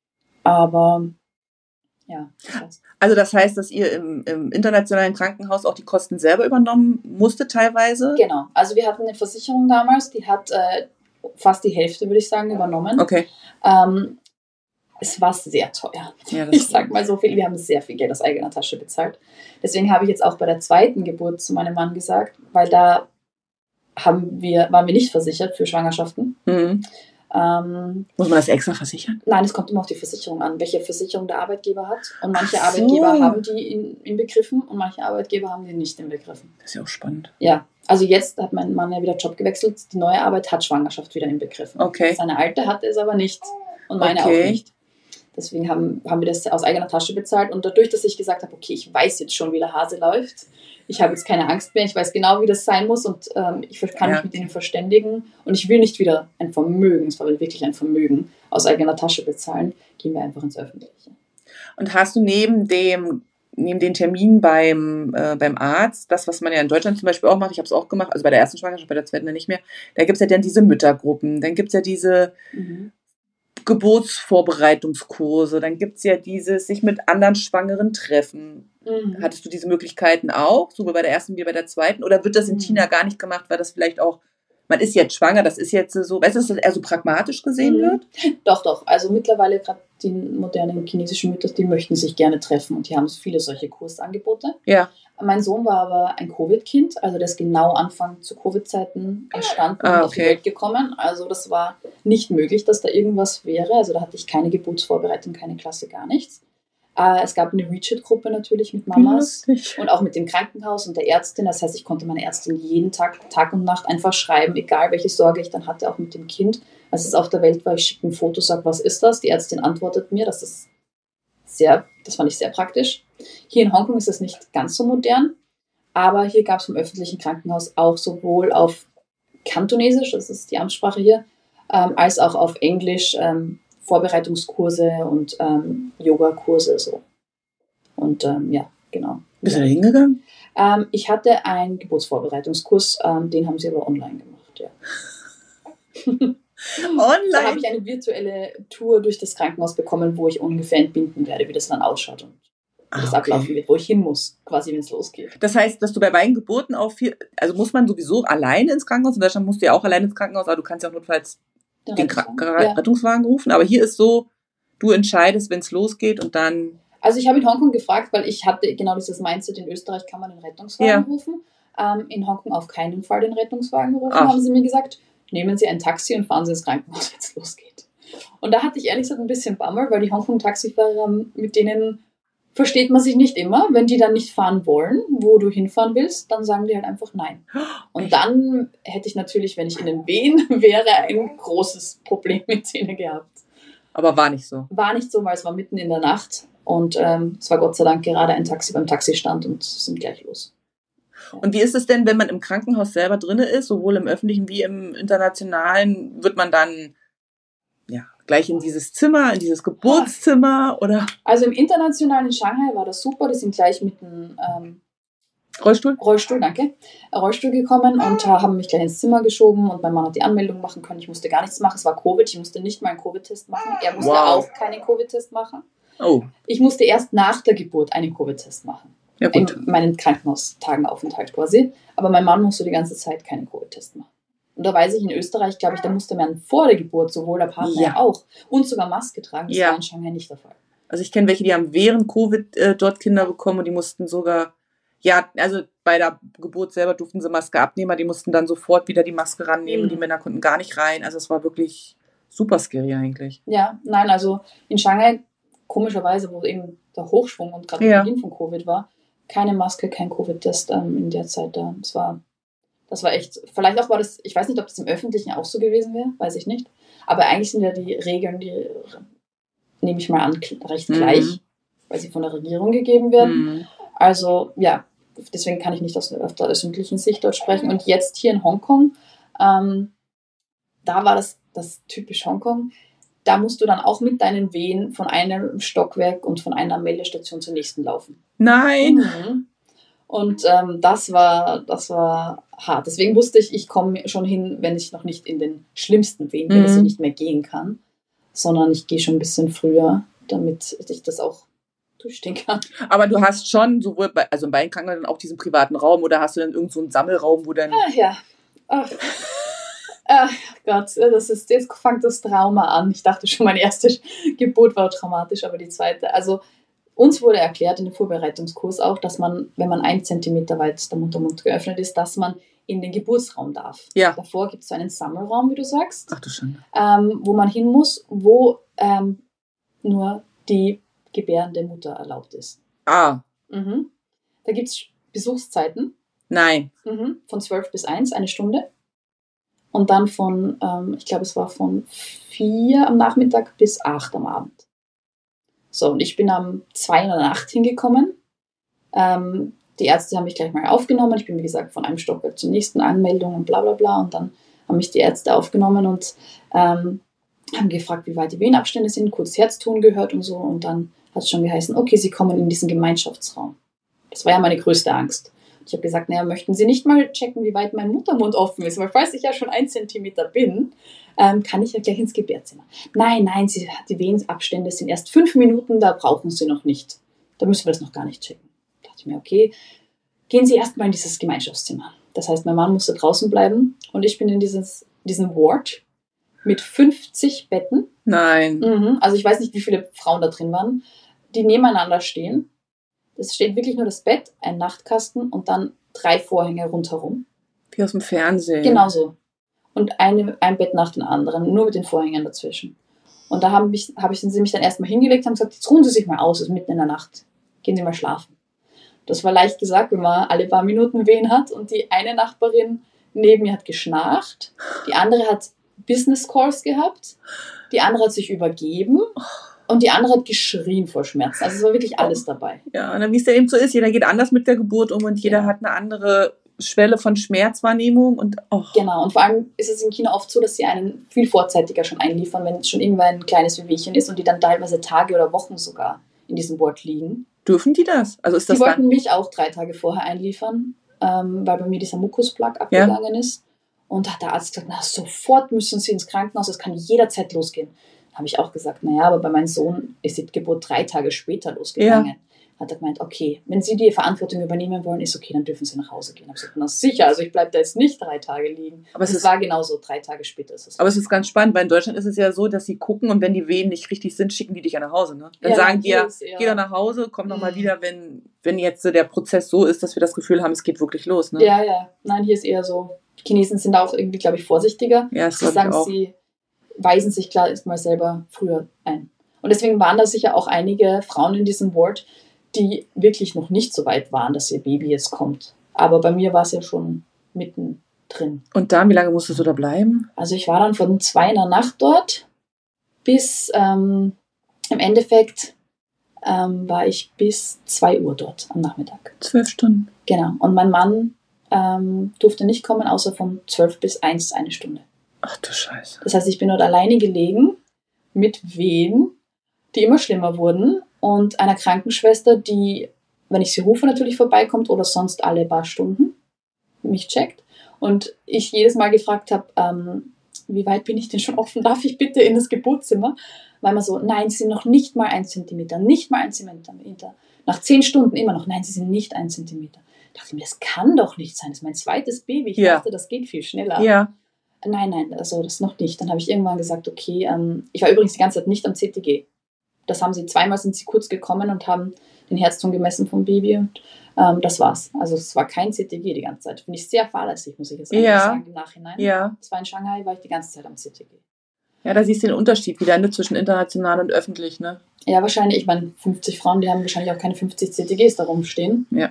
C: Aber ja, das heißt.
B: Also das heißt, dass ihr im, im internationalen Krankenhaus auch die Kosten selber übernommen musstet teilweise?
C: Genau. Also wir hatten eine Versicherung damals, die hat äh, fast die Hälfte, würde ich sagen, übernommen.
B: Okay.
C: Ähm, es war sehr teuer.
B: Ja, das
C: Ich sag mal so viel, wir haben sehr viel Geld aus eigener Tasche bezahlt. Deswegen habe ich jetzt auch bei der zweiten Geburt zu meinem Mann gesagt, weil da haben wir, waren wir nicht versichert für Schwangerschaften.
B: Mhm.
C: Ähm,
B: Muss man das extra versichern?
C: Nein, es kommt immer auf die Versicherung an, welche Versicherung der Arbeitgeber hat. Und manche
B: Ach so.
C: Arbeitgeber haben die in, inbegriffen und manche Arbeitgeber haben die nicht inbegriffen.
B: Das ist ja auch spannend.
C: Ja, also jetzt hat mein Mann ja wieder Job gewechselt. Die neue Arbeit hat Schwangerschaft wieder inbegriffen.
B: Okay.
C: Seine alte hatte es aber nicht und meine
B: Okay.
C: auch nicht. Deswegen haben, haben wir das aus eigener Tasche bezahlt. Und dadurch, dass ich gesagt habe, okay, ich weiß jetzt schon, wie der Hase läuft, ich habe jetzt keine Angst mehr, ich weiß genau, wie das sein muss und ähm, ich kann
B: Ja.
C: mich mit ihnen verständigen und ich will nicht wieder ein Vermögen, es war wirklich ein Vermögen, aus eigener Tasche bezahlen, gehen wir einfach ins Öffentliche.
B: Und hast du neben dem neben den Termin beim, äh, beim Arzt, das, was man ja in Deutschland zum Beispiel auch macht, ich habe es auch gemacht, also bei der ersten Schwangerschaft, bei der zweiten dann nicht mehr, da gibt es ja dann diese Müttergruppen, dann gibt es ja diese
C: Mhm.
B: Geburtsvorbereitungskurse, dann gibt es ja dieses sich mit anderen Schwangeren treffen.
C: Mhm.
B: Hattest du diese Möglichkeiten auch, sowohl bei der ersten wie bei der zweiten? Oder wird das in
C: Mhm.
B: China gar nicht gemacht, weil das vielleicht auch, man ist jetzt schwanger, das ist jetzt so, weißt du, dass das eher so pragmatisch gesehen
C: Mhm.
B: wird?
C: Doch, doch. Also mittlerweile gerade die modernen chinesischen Mütter, die möchten sich gerne treffen und die haben viele solche Kursangebote.
B: Ja.
C: Mein Sohn war aber ein Covid-Kind, also der ist genau Anfang zu Covid-Zeiten entstanden
B: Ah,
C: und auf die
B: okay.
C: Welt gekommen. Also das war nicht möglich, dass da irgendwas wäre. Also da hatte ich keine Geburtsvorbereitung, keine Klasse, gar nichts. Äh, es gab eine WeChat-Gruppe natürlich mit Mamas.
B: Lustig.
C: Und auch mit dem Krankenhaus und der Ärztin. Das heißt, ich konnte meine Ärztin jeden Tag, Tag und Nacht einfach schreiben, egal welche Sorge ich dann hatte, auch mit dem Kind. Als es auf der Welt war, ich schicke ein Foto, sage, was ist das? Die Ärztin antwortet mir. Das ist sehr, das fand ich sehr praktisch. Hier in Hongkong ist es nicht ganz so modern, aber hier gab es im öffentlichen Krankenhaus auch sowohl auf Kantonesisch, das ist die Amtssprache hier, ähm, als auch auf Englisch ähm, Vorbereitungskurse und ähm, Yogakurse so. Und ähm, ja, genau.
B: Bist du da hingegangen?
C: Ähm, ich hatte einen Geburtsvorbereitungskurs, ähm, den haben sie aber online gemacht, ja. Da habe
B: Online?
C: ich eine virtuelle Tour durch das Krankenhaus bekommen, wo ich ungefähr entbinden werde, wie das dann ausschaut und wie das
B: Ah,
C: ablaufen
B: okay.
C: wird, wo ich hin muss, quasi, wenn es losgeht.
B: Das heißt, dass du bei beiden Geburten auch viel, also muss man sowieso alleine ins Krankenhaus, in Deutschland musst du ja auch alleine ins Krankenhaus, aber du kannst ja auch notfalls
C: Der
B: den
C: Rettungswagen.
B: Kra-
C: Ja.
B: Rettungswagen rufen, aber hier ist so, du entscheidest, wenn es losgeht und dann,
C: Also ich habe in Hongkong gefragt, weil ich hatte genau dieses Mindset, in Österreich kann man den Rettungswagen
B: Ja.
C: rufen. Ähm, in Hongkong auf keinen Fall den Rettungswagen rufen,
B: Ach.
C: haben sie mir gesagt. Nehmen Sie ein Taxi und fahren Sie ins Krankenhaus, wenn es losgeht. Und da hatte ich ehrlich gesagt ein bisschen Bummer, weil die Hongkong-Taxifahrer, mit denen versteht man sich nicht immer. Wenn die dann nicht fahren wollen, wo du hinfahren willst, dann sagen die halt einfach nein. Und dann hätte ich natürlich, wenn ich in den Wehen wäre, ein großes Problem mit denen gehabt.
B: aber war nicht so.
C: War nicht so, weil es war mitten in der Nacht und ähm, es war Gott sei Dank gerade ein Taxi beim Taxistand und sind gleich los.
B: Und wie ist es denn, wenn man im Krankenhaus selber drin ist, sowohl im öffentlichen wie im internationalen, wird man dann ja gleich in dieses Zimmer, in dieses Geburtszimmer oder
C: Also im Internationalen in Shanghai war das super, die sind gleich mit einem ähm,
B: Rollstuhl?
C: Rollstuhl, danke, Rollstuhl gekommen und äh, haben mich gleich ins Zimmer geschoben und mein Mann hat die Anmeldung machen können. Ich musste gar nichts machen, es war Covid, ich musste nicht mal einen Covid-Test machen. Er musste
B: Wow.
C: auch keinen Covid-Test machen.
B: Oh,
C: Ich musste erst nach der Geburt einen Covid-Test machen.
B: ja
C: In
B: gut.
C: meinen Krankenhaustagenaufenthalt quasi. Aber mein Mann musste die ganze Zeit keinen Covid-Test machen. Und da weiß ich, in Österreich, glaube ich, da musste man vor der Geburt sowohl der Partner
B: Ja.
C: ja. auch und sogar Maske tragen. Das
B: Ja.
C: war in Shanghai nicht der Fall.
B: Also ich kenne welche, die haben während Covid äh, dort Kinder bekommen und die mussten sogar, ja, also bei der Geburt selber durften sie Maske abnehmen, aber die mussten dann sofort wieder die Maske rannehmen.
C: Mhm.
B: Die Männer konnten gar nicht rein. Also es war wirklich super scary eigentlich.
C: Ja, nein, also in Shanghai, komischerweise, wo eben der Hochschwung und gerade
B: Ja.
C: der Beginn von Covid war, keine Maske, kein Covid-Test ähm, in der Zeit da. Das war, das war echt, vielleicht auch war das, ich weiß nicht, ob das im Öffentlichen auch so gewesen wäre, weiß ich nicht. Aber eigentlich sind ja die Regeln, die nehme ich mal an, recht
B: Mhm.
C: gleich, weil sie von der Regierung gegeben werden.
B: Mhm.
C: Also ja, deswegen kann ich nicht aus, aus der öffentlichen Sicht dort sprechen. Und jetzt hier in Hongkong, ähm, da war das, das typisch Hongkong, da musst du dann auch mit deinen Wehen von einem Stockwerk und von einer Meldestation zur nächsten laufen.
B: Nein.
C: Mhm. Und ähm, das war, das war hart. Deswegen wusste ich, ich komme schon hin, wenn ich noch nicht in den schlimmsten Wehen bin,
B: Mhm.
C: dass ich nicht mehr gehen kann, sondern ich gehe schon ein bisschen früher, damit ich das auch durchstehen kann.
B: Aber du hast schon sowohl bei, also in beiden Krankenhäusern auch diesen privaten Raum oder hast du dann irgend so einen Sammelraum, wo dann
C: Ah, ja. Ach. Äh, Ach Gott, das ist, jetzt fängt das Trauma an. Ich dachte schon, meine erste Geburt war traumatisch, aber die zweite. Also uns wurde erklärt in dem Vorbereitungskurs auch, dass man, wenn man ein Zentimeter weit der Muttermund geöffnet ist, dass man in den Geburtsraum darf.
B: Ja.
C: Davor gibt es so einen Sammelraum, wie du sagst,
B: Ach du Schande.
C: ähm, wo man hin muss, wo ähm, nur die gebärende Mutter erlaubt ist.
B: Ah,
C: Mhm. Da gibt es Besuchszeiten.
B: nein.
C: Mhm. Von zwölf bis eins, eine Stunde. Und dann von, ähm, ich glaube, es war von vier am Nachmittag bis acht am Abend. So, und ich bin am zwei in der Nacht hingekommen. Ähm, die Ärzte haben mich gleich mal aufgenommen. Ich bin, wie gesagt, von einem Stockwerk zum nächsten, Anmeldung und bla bla bla. Und dann haben mich die Ärzte aufgenommen und ähm, haben gefragt, wie weit die Venenabstände sind, kurz Herzton gehört und so. Und dann hat es schon geheißen, okay, Sie kommen in diesen Gemeinschaftsraum. Das war ja meine größte Angst. Ich habe gesagt, naja, möchten Sie nicht mal checken, wie weit mein Muttermund offen ist? Weil falls ich ja schon ein Zentimeter bin, ähm, kann ich ja gleich ins Gebärzimmer. Nein, nein, Sie, die Venenabstände sind erst fünf Minuten, da brauchen Sie noch nicht. Da müssen wir das noch gar nicht checken. Da dachte ich mir, okay, gehen Sie erstmal in dieses Gemeinschaftszimmer. Das heißt, mein Mann musste draußen bleiben und ich bin in dieses, diesen Ward mit fünfzig Betten.
B: Nein.
C: Mhm. Also ich weiß nicht, wie viele Frauen da drin waren, die nebeneinander stehen. Es steht wirklich nur das Bett, ein Nachtkasten und dann drei Vorhänge rundherum.
B: Wie aus dem Fernsehen.
C: Genauso. Und eine, ein Bett nach dem anderen, nur mit den Vorhängen dazwischen. Und da haben mich, hab ich, sind sie mich dann erstmal hingelegt und haben gesagt, jetzt ruhen Sie sich mal aus, es ist mitten in der Nacht. Gehen Sie mal schlafen. Das war leicht gesagt, wenn man alle paar Minuten Wehen hat und die eine Nachbarin neben mir hat geschnarcht, die andere hat Business Calls gehabt, die andere hat sich übergeben und die andere hat geschrien vor Schmerzen. Also es war wirklich alles dabei.
B: Ja, und dann, wie es ja eben so ist, jeder geht anders mit der Geburt um und jeder
C: Ja.
B: hat eine andere Schwelle von Schmerzwahrnehmung und oh.
C: Genau, und vor allem ist es in China oft so, dass sie einen viel vorzeitiger schon einliefern, wenn es schon irgendwann ein kleines Wehwehchen ist und die dann teilweise Tage oder Wochen sogar in diesem Ward liegen.
B: Dürfen die das? Also ist das
C: Die wollten
B: dann?
C: mich auch drei Tage vorher einliefern, ähm, weil bei mir dieser Mukusplug abgegangen ist. Und da hat der Arzt gesagt, na, sofort müssen Sie ins Krankenhaus, es kann jederzeit losgehen. Da habe ich auch gesagt, naja, aber bei meinem Sohn ist die Geburt drei Tage später losgegangen. Ja. Hat er gemeint, okay, wenn Sie die Verantwortung übernehmen wollen, ist okay, dann dürfen Sie nach Hause gehen. Ich habe gesagt, na sicher, also ich bleibe da jetzt nicht drei Tage liegen. Aber es ist, war genauso, drei Tage später ist es.
B: Aber es ist ganz spannend, weil in Deutschland ist es ja so, dass sie gucken und wenn die Wehen nicht richtig sind, schicken die dich ja nach Hause. Ne? Dann
C: ja,
B: sagen die ja,
C: ja,
B: geh doch nach Hause, komm doch mal wieder, wenn, wenn jetzt so der Prozess so ist, dass wir das Gefühl haben, es geht wirklich los. Ne?
C: Ja, ja, nein, hier ist eher so, die Chinesen sind da auch irgendwie, glaube ich, vorsichtiger.
B: Ja, das
C: sie sagen,
B: ich auch.
C: Sie weisen sich klar erstmal selber früher ein. Und deswegen waren da sicher auch einige Frauen in diesem Ward, die wirklich noch nicht so weit waren, dass ihr Baby jetzt kommt. Aber bei mir war es ja schon mittendrin.
B: Und dann, wie lange musstest du da bleiben?
C: Also ich war dann von zwei in der Nacht dort bis ähm, im Endeffekt ähm, war ich bis zwei Uhr dort am Nachmittag.
B: Zwölf Stunden.
C: Genau. Und mein Mann ähm, durfte nicht kommen, außer von zwölf bis eins eine Stunde.
B: Ach du Scheiße.
C: Das heißt, ich bin dort alleine gelegen mit Wehen, die immer schlimmer wurden und einer Krankenschwester, die, wenn ich sie rufe, natürlich vorbeikommt oder sonst alle paar Stunden mich checkt. Und ich jedes Mal gefragt habe, ähm, wie weit bin ich denn schon offen? Darf ich bitte in das Geburtszimmer? Weil man so, nein, sie sind noch nicht mal ein Zentimeter, nicht mal ein Zentimeter. Nach zehn Stunden immer noch, nein, sie sind nicht ein Zentimeter. Da dachte ich mir, das kann doch nicht sein, das ist mein zweites Baby. Ich
B: ja.
C: dachte, das geht viel schneller.
B: Ja.
C: Nein, nein, also das noch nicht. Dann habe ich irgendwann gesagt, okay, ähm, ich war übrigens die ganze Zeit nicht am C T G. Das haben sie, zweimal sind sie kurz gekommen und haben den Herzton gemessen vom Baby und ähm, das war's. Also es war kein C T G die ganze Zeit. Finde ich sehr fahrlässig, muss ich jetzt
B: ja.
C: sagen, im Nachhinein.
B: Ja.
C: Das war in Shanghai, war ich die ganze Zeit am C T G.
B: Ja, da siehst du den Unterschied wieder ne, zwischen international und öffentlich, ne?
C: Ja, wahrscheinlich, ich meine, fünfzig Frauen, die haben wahrscheinlich auch keine fünfzig C T Gs da rumstehen.
B: Ja.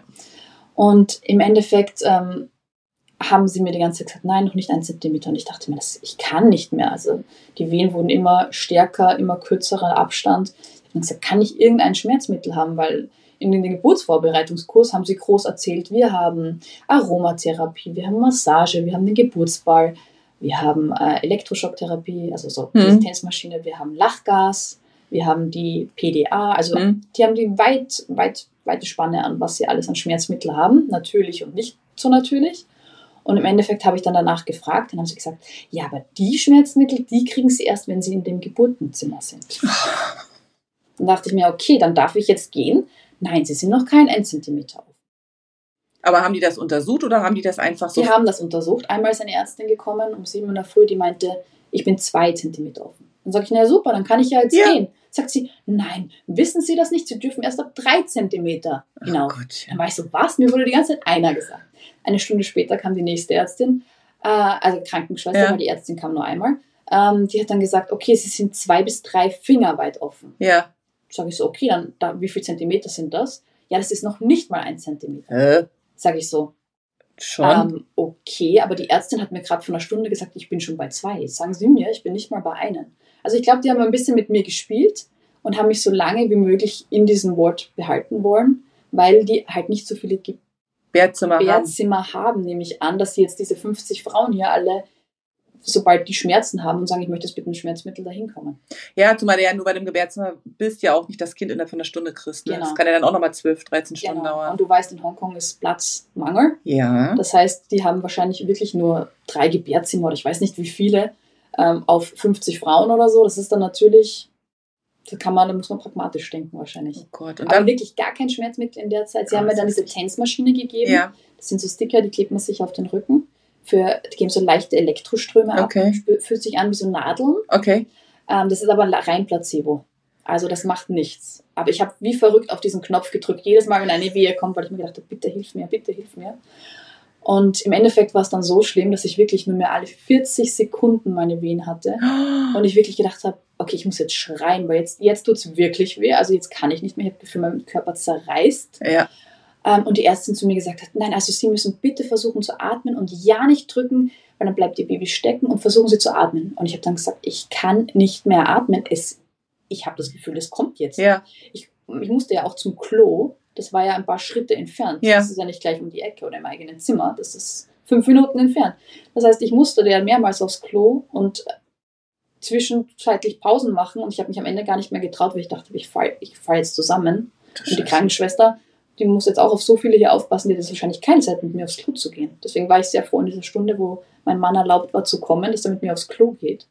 C: Und im Endeffekt ähm, haben sie mir die ganze Zeit gesagt, nein, noch nicht ein Zentimeter. Und ich dachte mir, das, ich kann nicht mehr. Also die Wehen wurden immer stärker, immer kürzerer Abstand. Ich habe gesagt, kann ich irgendein Schmerzmittel haben? Weil in den Geburtsvorbereitungskurs haben sie groß erzählt, wir haben Aromatherapie, wir haben Massage, wir haben den Geburtsball, wir haben äh, Elektroschocktherapie, also so
B: mhm.
C: Resistenzmaschine, wir haben Lachgas, wir haben die P D A. Also mhm. die haben die weit, weit, weite Spanne an, was sie alles an Schmerzmittel haben, natürlich und nicht so natürlich. Und im Endeffekt habe ich dann danach gefragt, dann haben sie gesagt, ja, aber die Schmerzmittel, die kriegen sie erst, wenn sie in dem Geburtenzimmer sind. Dann dachte ich mir, okay, dann darf ich jetzt gehen. Nein, sie sind noch kein ein Zentimeter auf.
B: Aber haben die das untersucht oder haben die das einfach so?
C: Die haben das untersucht. Einmal ist eine Ärztin gekommen um sieben Uhr in der Früh, die meinte, ich bin zwei Zentimeter offen. Dann sage ich, na super, dann kann ich ja jetzt ja. gehen. Sagt sie, nein, wissen Sie das nicht? Sie dürfen erst ab drei Zentimeter hinauf. Oh dann war ich so, was? Mir wurde die ganze Zeit einer gesagt. Eine Stunde später kam die nächste Ärztin, äh, also Krankenschwester, ja. weil die Ärztin kam nur einmal. Ähm, die hat dann gesagt, okay, Sie sind zwei bis drei Finger weit offen.
B: Ja.
C: Sage ich so, okay, dann da, wie viele Zentimeter sind das? Ja, das ist noch nicht mal ein Zentimeter.
B: Äh.
C: Sage ich so.
B: Schon?
C: Ähm, okay, aber die Ärztin hat mir gerade vor einer Stunde gesagt, ich bin schon bei zwei. Jetzt sagen Sie mir, ich bin nicht mal bei einem. Also ich glaube, die haben ein bisschen mit mir gespielt und haben mich so lange wie möglich in diesem Ward behalten wollen, weil die halt nicht so viele
B: Gebärzimmer,
C: Gebärzimmer haben. haben, nehme ich an, dass sie jetzt diese fünfzig Frauen hier alle, sobald die Schmerzen haben und sagen, ich möchte jetzt mit einem Schmerzmittel dahin kommen.
B: Ja, zumal du ja nur bei dem Gebärzimmer bist, ja auch nicht das Kind innerhalb von einer Stunde kriegst. Ne? Genau. Das kann ja dann auch nochmal zwölf, dreizehn Stunden
C: genau.
B: dauern.
C: Und du weißt, in Hongkong ist Platzmangel.
B: Ja.
C: Das heißt, die haben wahrscheinlich wirklich nur drei Gebärzimmer oder ich weiß nicht wie viele ähm, auf fünfzig Frauen oder so. Das ist dann natürlich, da kann man, da muss man pragmatisch denken wahrscheinlich.
B: Oh Gott.
C: Und dann, aber wirklich gar kein Schmerzmittel in der Zeit. Sie oh, haben mir dann diese Tense-Maschine gegeben. Ja. Das sind so Sticker, die klebt man sich auf den Rücken. Für, die geben so leichte Elektroströme
B: okay.
C: ab, fühlt sich an wie so Nadeln.
B: Okay.
C: Ähm, das ist aber rein Placebo. Also das macht nichts. Aber ich habe wie verrückt auf diesen Knopf gedrückt, jedes Mal, wenn eine Wehe kommt, weil ich mir gedacht habe, bitte hilf mir, bitte hilf mir. Und im Endeffekt war es dann so schlimm, dass ich wirklich nur mehr alle vierzig Sekunden meine Wehen hatte. Und ich wirklich gedacht habe, okay, ich muss jetzt schreien, weil jetzt, jetzt tut es wirklich weh. Also jetzt kann ich nicht mehr, ich habe das Gefühl, mein Körper zerreißt.
B: Ja.
C: Und die Ärztin zu mir gesagt hat, nein, also Sie müssen bitte versuchen zu atmen und ja nicht drücken, weil dann bleibt Ihr Baby stecken und versuchen Sie zu atmen. Und ich habe dann gesagt, ich kann nicht mehr atmen. Es, ich habe das Gefühl, das kommt jetzt.
B: Ja.
C: Ich, ich musste ja auch zum Klo. Das war ja ein paar Schritte entfernt.
B: Ja.
C: Das ist ja nicht gleich um die Ecke oder im eigenen Zimmer. Das ist fünf Minuten entfernt. Das heißt, ich musste ja mehrmals aufs Klo und zwischenzeitlich Pausen machen. Und ich habe mich am Ende gar nicht mehr getraut, weil ich dachte, ich falle ich fall jetzt zusammen. Das und die Krankenschwester, die muss jetzt auch auf so viele hier aufpassen, die hat jetzt wahrscheinlich keine Zeit, mit mir aufs Klo zu gehen. Deswegen war ich sehr froh in dieser Stunde, wo mein Mann erlaubt war zu kommen, dass er mit mir aufs Klo geht.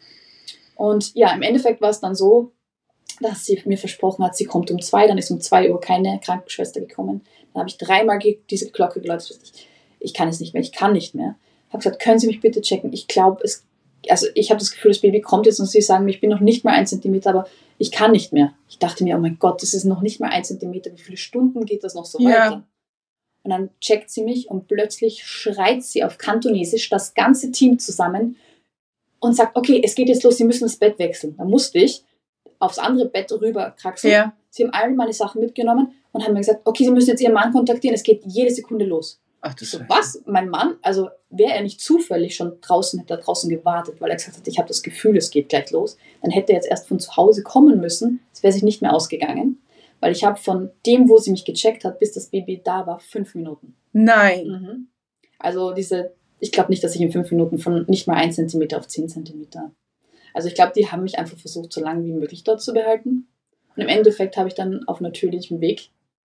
C: Und ja, im Endeffekt war es dann so, dass sie mir versprochen hat, sie kommt um zwei, dann ist um zwei Uhr keine Krankenschwester gekommen. Dann habe ich dreimal diese Glocke geläutet. Ich, ich kann es nicht mehr, ich kann nicht mehr. Ich habe gesagt, können Sie mich bitte checken? Ich glaube, es, also ich habe das Gefühl, das Baby kommt jetzt und Sie sagen mir, ich bin noch nicht mal ein Zentimeter, aber ich kann nicht mehr. Ich dachte mir, oh mein Gott, das ist noch nicht mal ein Zentimeter. Wie viele Stunden geht das noch so
B: ja.
C: weiter? Und dann checkt sie mich und plötzlich schreit sie auf Kantonesisch das ganze Team zusammen und sagt, okay, es geht jetzt los, Sie müssen das Bett wechseln. Dann musste ich aufs andere Bett rüber kraxeln.
B: Ja.
C: Sie haben alle meine Sachen mitgenommen und haben mir gesagt, okay, Sie müssen jetzt Ihren Mann kontaktieren, es geht jede Sekunde los.
B: Ach, das
C: so, was? Mein Mann, also wäre er nicht zufällig schon draußen, hätte er draußen gewartet, weil er gesagt hat, ich habe das Gefühl, es geht gleich los, dann hätte er jetzt erst von zu Hause kommen müssen, es wäre sich nicht mehr ausgegangen, weil ich habe von dem, wo sie mich gecheckt hat, bis das Baby da war, fünf Minuten.
B: Nein.
C: Mhm. Also diese, ich glaube nicht, dass ich in fünf Minuten von nicht mal ein Zentimeter auf zehn Zentimeter. Also ich glaube, die haben mich einfach versucht, so lange wie möglich dort zu behalten. Und im Endeffekt habe ich dann auf natürlichem Weg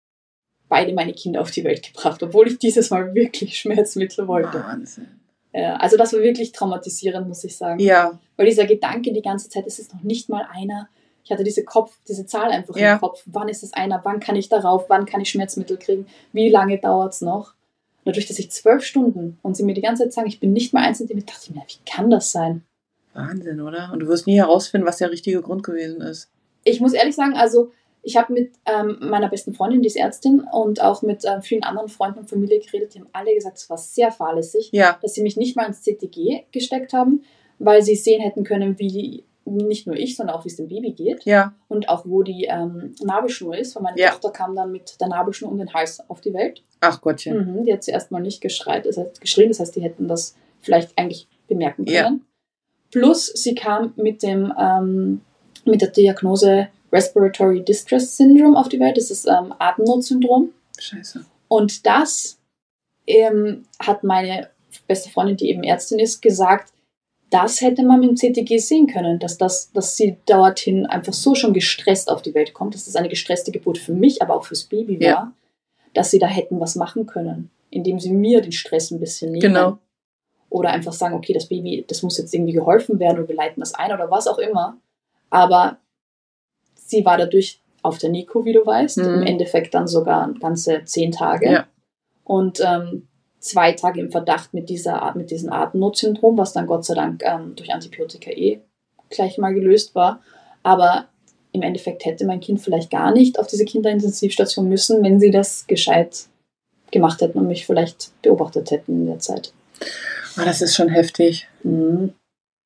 C: beide meine Kinder auf die Welt gebracht, obwohl ich dieses Mal wirklich Schmerzmittel wollte.
B: Wahnsinn.
C: Ja, also das war wirklich traumatisierend, muss ich sagen.
B: Ja.
C: Weil dieser Gedanke die ganze Zeit, es ist noch nicht mal einer. Ich hatte diese Kopf, diese Zahl einfach
B: ja.
C: im Kopf. Wann ist es einer? Wann kann ich darauf? Wann kann ich Schmerzmittel kriegen? Wie lange dauert es noch? Und dadurch, dass ich zwölf Stunden und sie mir die ganze Zeit sagen, ich bin nicht mal ein Zentimeter, dachte ich mir, wie kann das sein?
B: Wahnsinn, oder? Und du wirst nie herausfinden, was der richtige Grund gewesen ist.
C: Ich muss ehrlich sagen, also ich habe mit ähm, meiner besten Freundin, die ist Ärztin, und auch mit äh, vielen anderen Freunden und Familie geredet. Die haben alle gesagt, es war sehr fahrlässig,
B: ja.
C: dass sie mich nicht mal ins C T G gesteckt haben, weil sie sehen hätten können, wie die, nicht nur ich, sondern auch wie es dem Baby geht.
B: Ja.
C: Und auch wo die ähm, Nabelschnur ist. Weil meine
B: ja.
C: Tochter kam dann mit der Nabelschnur um den Hals auf die Welt.
B: Ach Gottchen.
C: Mhm, die hat zuerst mal nicht geschreit, das heißt, geschrien, das heißt, die hätten das vielleicht eigentlich bemerken können. Ja. Plus, sie kam mit dem ähm, mit der Diagnose Respiratory Distress Syndrome auf die Welt. Das ist ähm, Atemnotsyndrom.
B: Scheiße.
C: Und das ähm, hat meine beste Freundin, die eben Ärztin ist, gesagt, das hätte man mit dem C T G sehen können, dass, das, dass sie dorthin einfach so schon gestresst auf die Welt kommt, dass das eine gestresste Geburt für mich, aber auch fürs Baby war, ja. dass sie da hätten was machen können, indem sie mir den Stress ein bisschen nehmen.
B: Genau.
C: Oder einfach sagen, okay, das Baby, das muss jetzt irgendwie geholfen werden oder wir leiten das ein oder was auch immer. Aber sie war dadurch auf der N I C U, wie du weißt, mhm. im Endeffekt dann sogar ganze zehn Tage.
B: Ja.
C: und ähm, zwei Tage im Verdacht mit, dieser, mit diesem Atemnotsyndrom, was dann Gott sei Dank ähm, durch Antibiotika eh gleich mal gelöst war. Aber im Endeffekt hätte mein Kind vielleicht gar nicht auf diese Kinderintensivstation müssen, wenn sie das gescheit gemacht hätten und mich vielleicht beobachtet hätten in der Zeit.
B: Oh, das ist schon heftig.
C: Mhm.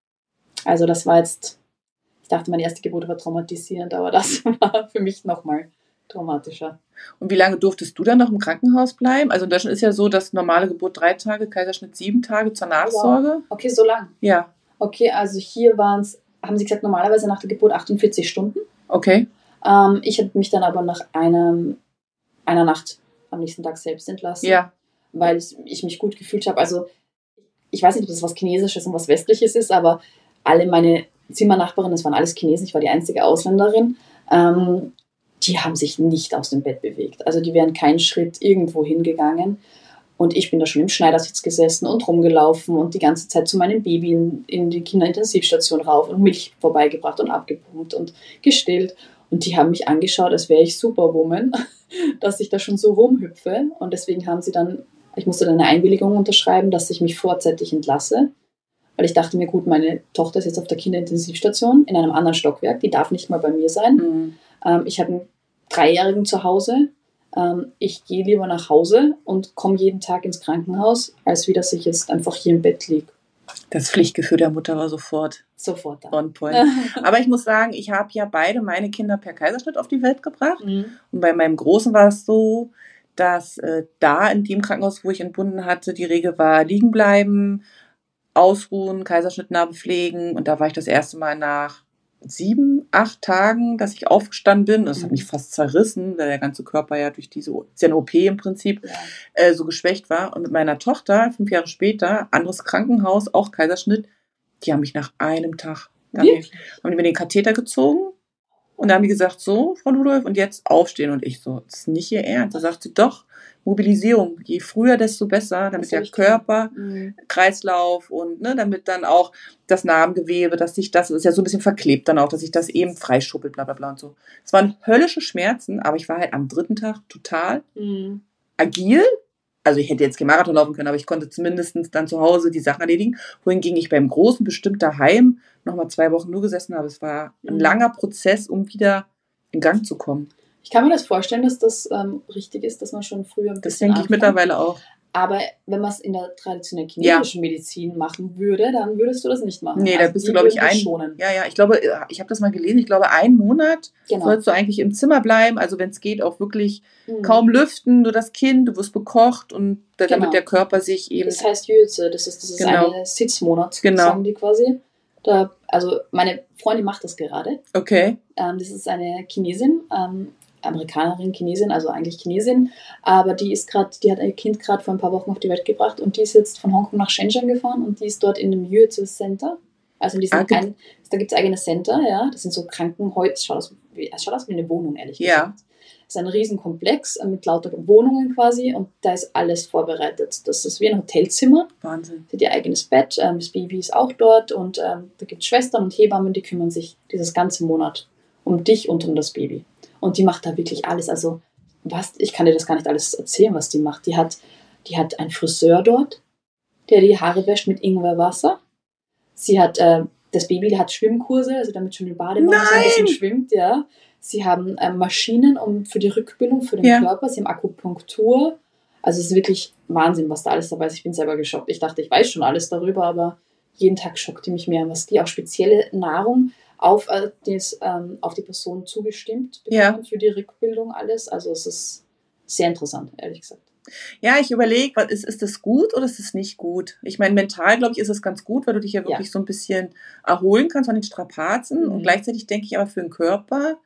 C: Also das war jetzt, ich dachte, meine erste Geburt war traumatisierend, aber das war für mich nochmal traumatischer.
B: Und wie lange durftest du dann noch im Krankenhaus bleiben? Also in Deutschland ist ja so, dass normale Geburt drei Tage, Kaiserschnitt sieben Tage zur Nachsorge.
C: Wow. Okay, so lang?
B: Ja.
C: Okay, also hier waren es, haben sie gesagt, normalerweise nach der Geburt achtundvierzig Stunden.
B: Okay.
C: Ähm, ich habe mich dann aber nach einem, einer Nacht am nächsten Tag selbst entlassen,
B: ja.
C: weil ich mich gut gefühlt habe. Also ich weiß nicht, ob das was Chinesisches und was Westliches ist, aber alle meine Zimmernachbarinnen, das waren alles Chinesen, ich war die einzige Ausländerin, ähm, die haben sich nicht aus dem Bett bewegt. Also die wären keinen Schritt irgendwo hingegangen. Und ich bin da schon im Schneidersitz gesessen und rumgelaufen und die ganze Zeit zu meinem Baby in, in die Kinderintensivstation rauf und Milch vorbeigebracht und abgepumpt und gestillt. Und die haben mich angeschaut, als wäre ich Superwoman, dass ich da schon so rumhüpfe. Und deswegen haben sie dann, ich musste dann eine Einwilligung unterschreiben, dass ich mich vorzeitig entlasse. Weil ich dachte mir, gut, meine Tochter ist jetzt auf der Kinderintensivstation in einem anderen Stockwerk, die darf nicht mal bei mir sein.
B: Mhm.
C: Ähm, ich habe einen Dreijährigen zu Hause. Ähm, ich gehe lieber nach Hause und komme jeden Tag ins Krankenhaus, als wie dass ich jetzt einfach hier im Bett liege.
B: Das Pflichtgefühl der Mutter war sofort.
C: Sofort da.
B: On point. Aber ich muss sagen, ich habe ja beide meine Kinder per Kaiserschnitt auf die Welt gebracht.
C: Mhm.
B: Und bei meinem Großen war es so, dass äh, da in dem Krankenhaus, wo ich entbunden hatte, die Regel war, liegen bleiben, ausruhen, Kaiserschnittnarbe pflegen. Und da war ich das erste Mal nach sieben, acht Tagen, dass ich aufgestanden bin. Das hat mich fast zerrissen, weil der ganze Körper ja durch diese, ist ja eine O P im Prinzip,
C: Ja.
B: äh, so geschwächt war. Und mit meiner Tochter, fünf Jahre später, anderes Krankenhaus, auch Kaiserschnitt, die haben mich nach einem Tag, da haben die, haben die mir den Katheter gezogen und da haben die gesagt, so, Frau Ludolf, und jetzt aufstehen. Und ich so, das ist nicht Ihr Ernst. Da sagt sie, doch, Mobilisierung, je früher, desto besser, damit der Körper,
C: Mhm.
B: Kreislauf und ne, damit dann auch das Narbengewebe, dass sich das, das ist ja so ein bisschen verklebt dann auch, dass sich das eben freischuppelt, bla bla bla und so. Es waren höllische Schmerzen, aber ich war halt am dritten Tag total
C: Mhm.
B: agil. Also ich hätte jetzt kein Marathon laufen können, aber ich konnte zumindest dann zu Hause die Sachen erledigen. Wohingegen ich beim Großen bestimmt daheim nochmal zwei Wochen nur gesessen habe. Es war ein
C: Mhm.
B: langer Prozess, um wieder in Gang zu kommen.
C: Ich kann mir das vorstellen, dass das ähm, richtig ist, dass man schon früher ein
B: Das
C: bisschen
B: denke ich
C: anfängt.
B: mittlerweile auch.
C: Aber wenn man es in der traditionellen chinesischen Medizin machen würde, dann würdest du das nicht machen.
B: Nee, da
C: Also
B: bist
C: die
B: du, glaube ich,
C: würden dich
B: ein...
C: schonen.
B: Ja, ja, ich glaube, ich habe das mal gelesen, ich glaube, einen Monat
C: Genau.
B: sollst du eigentlich im Zimmer bleiben. Also wenn es geht, auch wirklich
C: Mhm.
B: kaum lüften, nur das Kind, du wirst bekocht und da- damit
C: Genau.
B: der Körper sich eben...
C: Das heißt Jüze, das ist, das ist
B: Genau.
C: eine Sitzmonat,
B: Genau.
C: sagen die quasi. Da, also meine Freundin macht das gerade.
B: Okay.
C: Ähm, das ist eine Chinesin, ähm, Amerikanerin, Chinesin, also eigentlich Chinesin, aber die ist gerade, die hat ihr Kind gerade vor ein paar Wochen auf die Welt gebracht und die ist jetzt von Hongkong nach Shenzhen gefahren und die ist dort in einem Jüze Center. Also in diesem
B: Ah, gibt-
C: ein, da gibt es eigene Center, ja. Das sind so Krankenhäuser, es schaut aus wie, es schaut aus wie eine Wohnung, ehrlich
B: Ja.
C: gesagt. Es ist ein Riesenkomplex mit lauter Wohnungen quasi und da ist alles vorbereitet. Das ist wie ein Hotelzimmer.
B: Wahnsinn.
C: Sie hat ihr eigenes Bett, ähm, das Baby ist auch dort und ähm, da gibt es Schwestern und Hebammen, die kümmern sich dieses ganze Monat um dich und um das Baby. Und die macht da wirklich alles. Also, was, ich kann dir das gar nicht alles erzählen, was die macht. Die hat, die hat einen Friseur dort, der die Haare wäscht mit Ingwerwasser. Sie hat, äh, das Baby hat Schwimmkurse, also damit schon im Badewanne so ein bisschen schwimmt, ja. Sie haben ähm, Maschinen um, für die Rückbildung, für den
B: Ja.
C: Körper. Sie haben Akupunktur. Also es ist wirklich Wahnsinn, was da alles dabei ist. Ich bin selber geschockt. Ich dachte, ich weiß schon alles darüber, aber jeden Tag schockt die mich mehr, was die auch spezielle Nahrung auf, äh, des, ähm, auf die Person zugestimmt bekommen
B: Ja.
C: für die Rückbildung alles. Also es ist sehr interessant, ehrlich gesagt.
B: Ja, ich überlege, ist, ist das gut oder ist das nicht gut? Ich meine, mental, glaube ich, ist es ganz gut, weil du dich ja wirklich
C: Ja.
B: so ein bisschen erholen kannst von den Strapazen.
C: Mhm.
B: Und gleichzeitig denke ich aber für den Körper,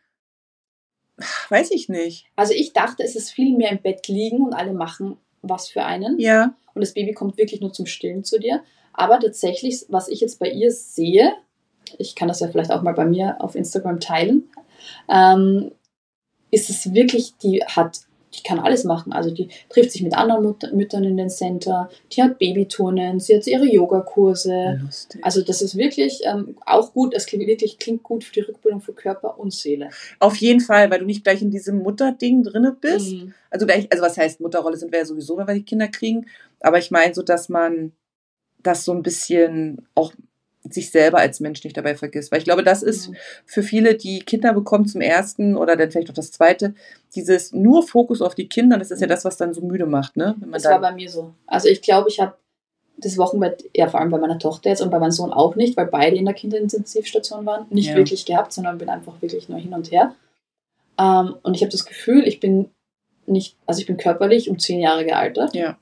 B: weiß ich nicht.
C: Also ich dachte, es ist viel mehr im Bett liegen und alle machen was für einen.
B: Ja,
C: Und das Baby kommt wirklich nur zum Stillen zu dir. Aber tatsächlich, was ich jetzt bei ihr sehe, ich kann das ja vielleicht auch mal bei mir auf Instagram teilen, ähm, ist es wirklich, die hat die kann alles machen. Also die trifft sich mit anderen Mut- Müttern in den Center, die hat Babyturnen, sie hat ihre Yogakurse.
B: Lustig.
C: Also das ist wirklich ähm, auch gut, es klingt, wirklich klingt gut für die Rückbildung für Körper und Seele.
B: Auf jeden Fall, weil du nicht gleich in diesem Mutterding drinne bist.
C: Mhm.
B: Also gleich, also was heißt Mutterrolle sind wir ja sowieso, wenn wir die Kinder kriegen. Aber ich meine so, dass man das so ein bisschen auch sich selber als Mensch nicht dabei vergisst. Weil ich glaube, das ist
C: Mhm.
B: für viele, die Kinder bekommen zum ersten oder dann vielleicht noch das zweite, dieses nur Fokus auf die Kinder, das ist ja das, was dann so müde macht, ne? Wenn man
C: Das
B: dann,
C: war bei mir so. Also ich glaube, ich habe das Wochenbett, ja vor allem bei meiner Tochter jetzt und bei meinem Sohn auch nicht, weil beide in der Kinderintensivstation waren, nicht
B: Ja.
C: wirklich gehabt, sondern bin einfach wirklich nur hin und her. Ähm, und ich habe das Gefühl, ich bin nicht, also ich bin körperlich um zehn Jahre gealtert
B: ja.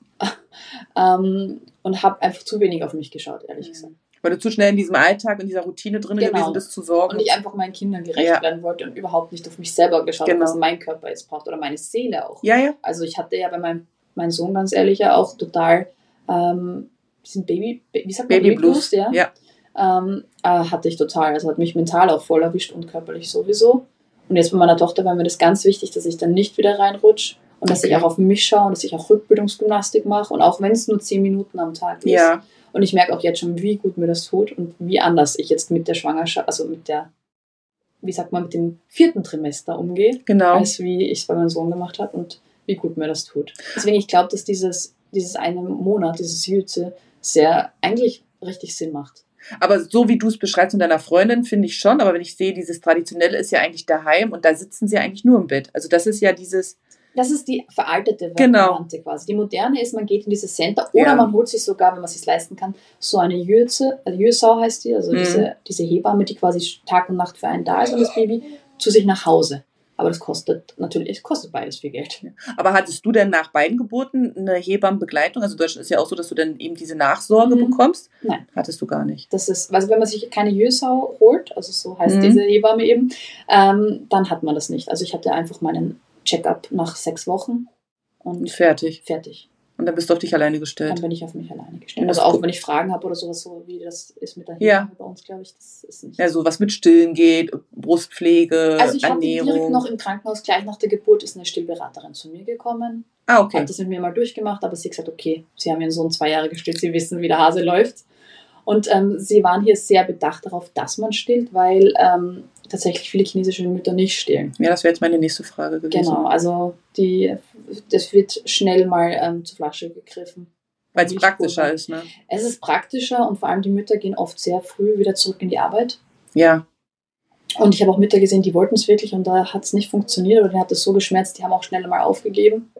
C: ähm, und habe einfach zu wenig auf mich geschaut, ehrlich
B: Mhm.
C: gesagt.
B: Weil du zu schnell in diesem Alltag, in dieser Routine drin
C: Genau.
B: gewesen bist, zu sorgen.
C: Und ich einfach meinen Kindern gerecht
B: Ja.
C: werden wollte und überhaupt nicht auf mich selber geschaut habe,
B: Genau.
C: was mein Körper jetzt braucht oder meine Seele auch.
B: ja, ja.
C: Also ich hatte ja bei meinem, meinem Sohn ganz ehrlich ja auch total ähm, diesen Baby, wie sagt man,
B: Baby
C: Babyblues,
B: Blues.
C: ja,
B: Ja.
C: ähm, äh, hatte ich total. Also hat mich mental auch voll erwischt und körperlich sowieso. Und jetzt bei meiner Tochter war mir das ganz wichtig, dass ich dann nicht wieder reinrutsche und dass
B: Okay.
C: ich auch auf mich schaue und dass ich auch Rückbildungsgymnastik mache und auch wenn es nur zehn Minuten am Tag ist.
B: Ja.
C: Und ich merke auch jetzt schon, wie gut mir das tut und wie anders ich jetzt mit der Schwangerschaft, also mit der, wie sagt man, mit dem vierten Trimester umgehe,
B: Genau.
C: als wie ich es bei meinem Sohn gemacht habe und wie gut mir das tut. Deswegen, ich glaube, dass dieses, dieses eine Monat, dieses Jüze, sehr, eigentlich richtig Sinn macht.
B: Aber so wie du es beschreibst mit deiner Freundin, finde ich schon. Aber wenn ich sehe, dieses Traditionelle ist ja eigentlich daheim und da sitzen sie eigentlich nur im Bett. Also das ist ja dieses,
C: Das ist die veraltete
B: Genau.
C: Variante quasi. Die moderne ist, man geht in dieses Center oder
B: Ja.
C: man holt sich sogar, wenn man es sich leisten kann, so eine Jürze, also Jürsau heißt die, also
B: Mhm.
C: diese, diese Hebamme, die quasi Tag und Nacht für einen da ist und das Baby, zu sich nach Hause. Aber das kostet natürlich, es kostet beides viel Geld.
B: aber hattest du denn nach beiden Geburten eine Hebammenbegleitung? Also in Deutschland ist ja auch so, dass du dann eben diese Nachsorge
C: Mhm.
B: bekommst.
C: Nein.
B: Hattest du gar nicht.
C: Das ist, also wenn man sich keine Jürsau holt, also so heißt
B: Mhm.
C: diese Hebamme eben, ähm, dann hat man das nicht. Also ich hatte einfach meinen Check-up nach sechs Wochen
B: Und
C: und
B: fertig.
C: fertig.
B: Und dann bist du auf dich alleine
C: Dann
B: gestellt.
C: bin ich auf mich alleine gestellt.
B: Und das
C: Also auch
B: gu-
C: wenn ich Fragen habe oder sowas, so wie das ist mit der
B: Ja.
C: Hebamme bei uns, glaube ich, das ist nicht.
B: Ja, so was mit Stillen geht, Brustpflege,
C: Also ich hatte
B: Ernährung.
C: direkt noch im Krankenhaus, gleich nach der Geburt ist eine Stillberaterin zu mir gekommen,
B: Ah, okay.
C: hat das mit mir mal durchgemacht, aber sie hat gesagt, okay, sie haben ihren Sohn zwei Jahre gestillt, sie wissen, wie der Hase läuft. Und ähm, sie waren hier sehr bedacht darauf, dass man stillt, weil ähm, tatsächlich viele chinesische Mütter nicht stillen.
B: Ja, das wäre jetzt meine nächste Frage gewesen.
C: Genau, also die, das wird schnell mal ähm, zur Flasche gegriffen.
B: Weil es
C: Milchpulver.
B: praktischer ist, ne?
C: Es ist praktischer und vor allem die Mütter gehen oft sehr früh wieder zurück in die Arbeit.
B: Ja.
C: Und ich habe auch Mütter gesehen, die wollten es wirklich und da hat es nicht funktioniert oder denen hat es so geschmerzt, die haben auch schnell mal aufgegeben.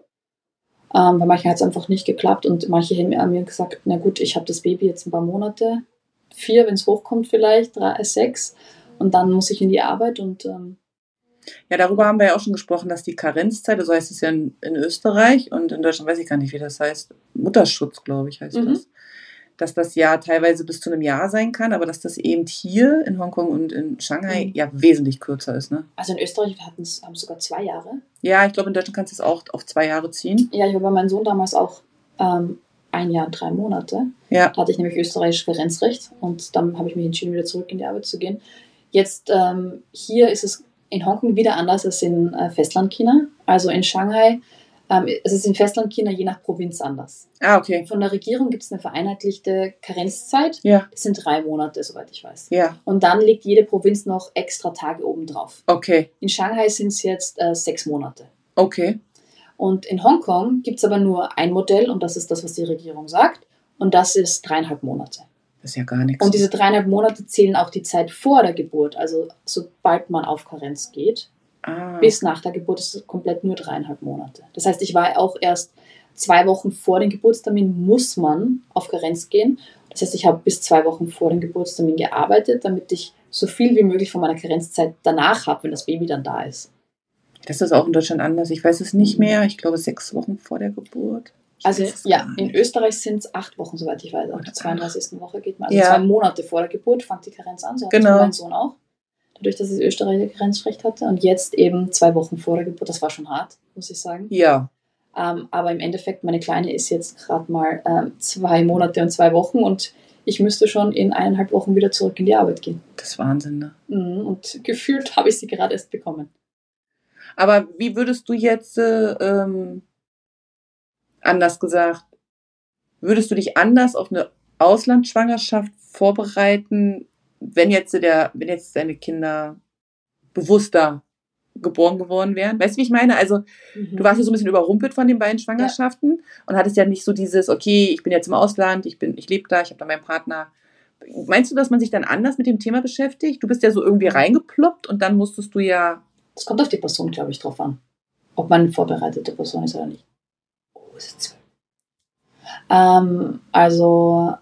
C: Ähm, bei manchen hat es einfach nicht geklappt und manche haben mir- haben mir gesagt, na gut, ich habe das Baby jetzt ein paar Monate, vier, wenn es hochkommt vielleicht, drei, sechs und dann muss ich in die Arbeit und ähm,
B: Ja, darüber haben wir ja auch schon gesprochen, dass die Karenzzeit, so heißt es ja in, in Österreich und in Deutschland weiß ich gar nicht, wie das heißt. Mutterschutz, glaube ich, heißt
C: Mhm.
B: das. Dass das ja teilweise bis zu einem Jahr sein kann, aber dass das eben hier in Hongkong und in Shanghai
C: Mhm.
B: ja wesentlich kürzer ist, ne?
C: also in Österreich hatten es haben sogar zwei Jahre.
B: Ja, ich glaube, in Deutschland kannst du es auch auf zwei Jahre ziehen.
C: Ja, ich war bei meinem Sohn damals auch ähm, ein Jahr und drei Monate.
B: Ja.
C: Da hatte ich nämlich österreichisches Karenzrecht und dann habe ich mich entschieden, wieder zurück in die Arbeit zu gehen. Jetzt ähm, hier ist es in Hongkong wieder anders als in äh, Festlandchina. Also in Shanghai, ähm, es ist in Festlandchina je nach Provinz anders.
B: Ah, okay.
C: Von der Regierung gibt es eine vereinheitlichte Karenzzeit.
B: Ja,
C: Das sind drei Monate, soweit ich weiß.
B: ja,
C: Und dann legt jede Provinz noch extra Tage obendrauf.
B: okay,
C: In Shanghai sind es jetzt äh, sechs Monate.
B: okay.
C: Und in Hongkong gibt es aber nur ein Modell und das ist das, was die Regierung sagt. Und das ist dreieinhalb Monate.
B: Das ist ja gar nichts.
C: Und diese dreieinhalb Monate zählen auch die Zeit vor der Geburt. Also sobald man auf Karenz geht,
B: ah,
C: bis nach der Geburt ist es komplett nur dreieinhalb Monate. Das heißt, ich war auch erst zwei Wochen vor dem Geburtstermin, muss man auf Karenz gehen. Das heißt, ich habe bis zwei Wochen vor dem Geburtstermin gearbeitet, damit ich so viel wie möglich von meiner Karenzzeit danach habe, wenn das Baby dann da ist.
B: das ist auch in Deutschland anders. Ich weiß es nicht mehr. Ich glaube, sechs Wochen vor der Geburt. Ich
C: Also
B: weiß es
C: ja,
B: gar
C: in
B: nicht.
C: Österreich sind es acht Wochen, soweit ich weiß. Ab
B: Oder
C: der zweiunddreißigsten Woche geht man. Also
B: Ja.
C: zwei Monate vor der Geburt fängt die Karenz an. So hat
B: Genau.
C: das mein Sohn auch. Dadurch, dass ich Österreich Karenzrecht hatte. Und jetzt eben zwei Wochen vor der Geburt. Das war schon hart, muss ich sagen.
B: Ja,
C: Ähm, aber im Endeffekt, meine Kleine ist jetzt gerade mal ähm, zwei Monate und zwei Wochen. Und ich müsste schon in eineinhalb Wochen wieder zurück in die Arbeit gehen.
B: das ist Wahnsinn, ne?
C: Mhm. Und gefühlt habe ich sie gerade erst bekommen.
B: Aber wie würdest du jetzt, äh, ähm, anders gesagt, würdest du dich anders auf eine Auslandsschwangerschaft vorbereiten, wenn jetzt der, wenn jetzt deine Kinder bewusster geboren geworden wären? Weißt du, wie ich meine? Also,
C: Mhm.
B: du warst ja so ein bisschen überrumpelt von den beiden Schwangerschaften ja. und hattest ja nicht so dieses, okay, ich bin jetzt im Ausland, ich bin, ich lebe da, ich habe da meinen Partner. Meinst du, dass man sich dann anders mit dem Thema beschäftigt? Du bist ja so irgendwie reingeploppt und dann musstest du ja...
C: Es kommt auf die Person, glaube ich, drauf an. Ob man eine vorbereitete Person ist oder nicht. Oh, ist es zwölf? Ähm, also,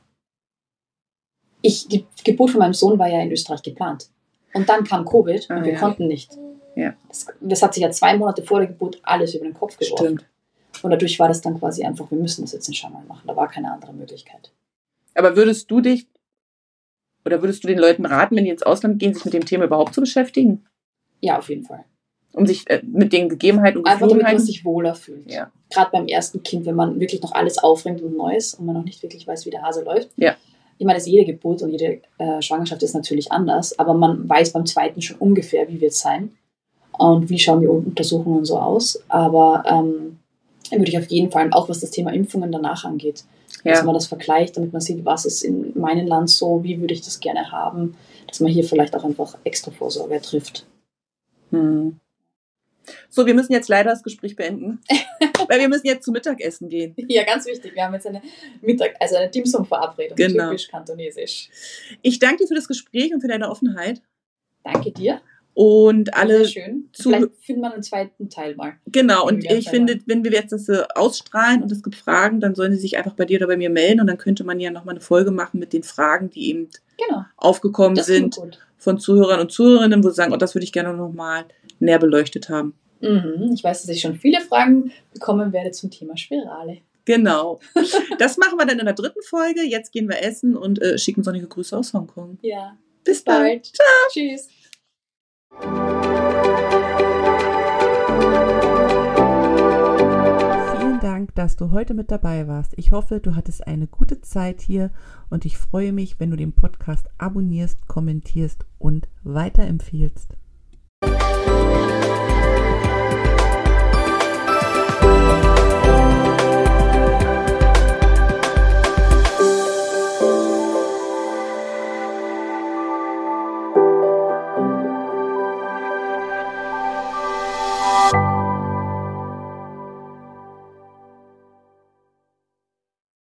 C: ich, die Geburt von meinem Sohn war ja in Österreich geplant. Und dann kam Covid ah, und wir ja. konnten nicht.
B: Ja.
C: Das, das hat sich ja zwei Monate vor der Geburt alles über den Kopf geworfen.
B: Stimmt.
C: Und dadurch war das dann quasi einfach, wir müssen das jetzt in Schammal machen. Da war keine andere Möglichkeit.
B: Aber würdest du dich, oder würdest du den Leuten raten, wenn die ins Ausland gehen, sich mit dem Thema überhaupt zu beschäftigen?
C: Ja, auf jeden Fall.
B: Um sich äh, mit den Gegebenheiten und
C: einfach damit
B: Geflogenheiten...
C: man sich wohler fühlt.
B: Ja.
C: Gerade beim ersten Kind, wenn man wirklich noch alles aufregend und neu ist und man noch nicht wirklich weiß, wie der Hase läuft.
B: Ja.
C: Ich meine, jede Geburt und jede äh, Schwangerschaft ist natürlich anders, aber man weiß beim zweiten schon ungefähr, wie wird es sein und wie schauen die Untersuchungen so aus. Aber ähm, würde ich auf jeden Fall, auch was das Thema Impfungen danach angeht, ja. dass man das vergleicht, damit man sieht, was ist in meinem Land so, wie würde ich das gerne haben, dass man hier vielleicht auch einfach extra Vorsorge trifft.
B: Hm. So, wir müssen jetzt leider das Gespräch beenden, weil wir müssen jetzt zum Mittagessen gehen.
C: Ja, ganz wichtig. Wir haben jetzt eine Mittag, also eine Dim-Sum-Verabredung,
B: genau.
C: Typisch kantonesisch.
B: Ich danke dir für das Gespräch und für deine Offenheit.
C: Danke dir.
B: Und alle
C: sehr schön. Vielleicht finden wir einen zweiten Teil mal.
B: Genau, und ich finde, haben. wenn wir jetzt das ausstrahlen und es gibt Fragen, dann sollen sie sich einfach bei dir oder bei mir melden und dann könnte man ja nochmal eine Folge machen mit den Fragen, die eben
C: genau.
B: aufgekommen
C: das
B: sind von Zuhörern und Zuhörerinnen, wo sie sagen, oh, das würde ich gerne nochmal näher beleuchtet haben.
C: Mhm. Ich weiß, dass ich schon viele Fragen bekommen werde zum Thema Spirale.
B: Genau. Das machen wir dann in der dritten Folge. Jetzt gehen wir essen und äh, schicken sonnige Grüße aus Hongkong.
C: Ja.
B: Bis, Bis bald.
C: Ciao. Tschüss.
A: Vielen Dank, dass du heute mit dabei warst. Ich hoffe, du hattest eine gute Zeit hier und ich freue mich, wenn du den Podcast abonnierst, kommentierst und weiterempfiehlst.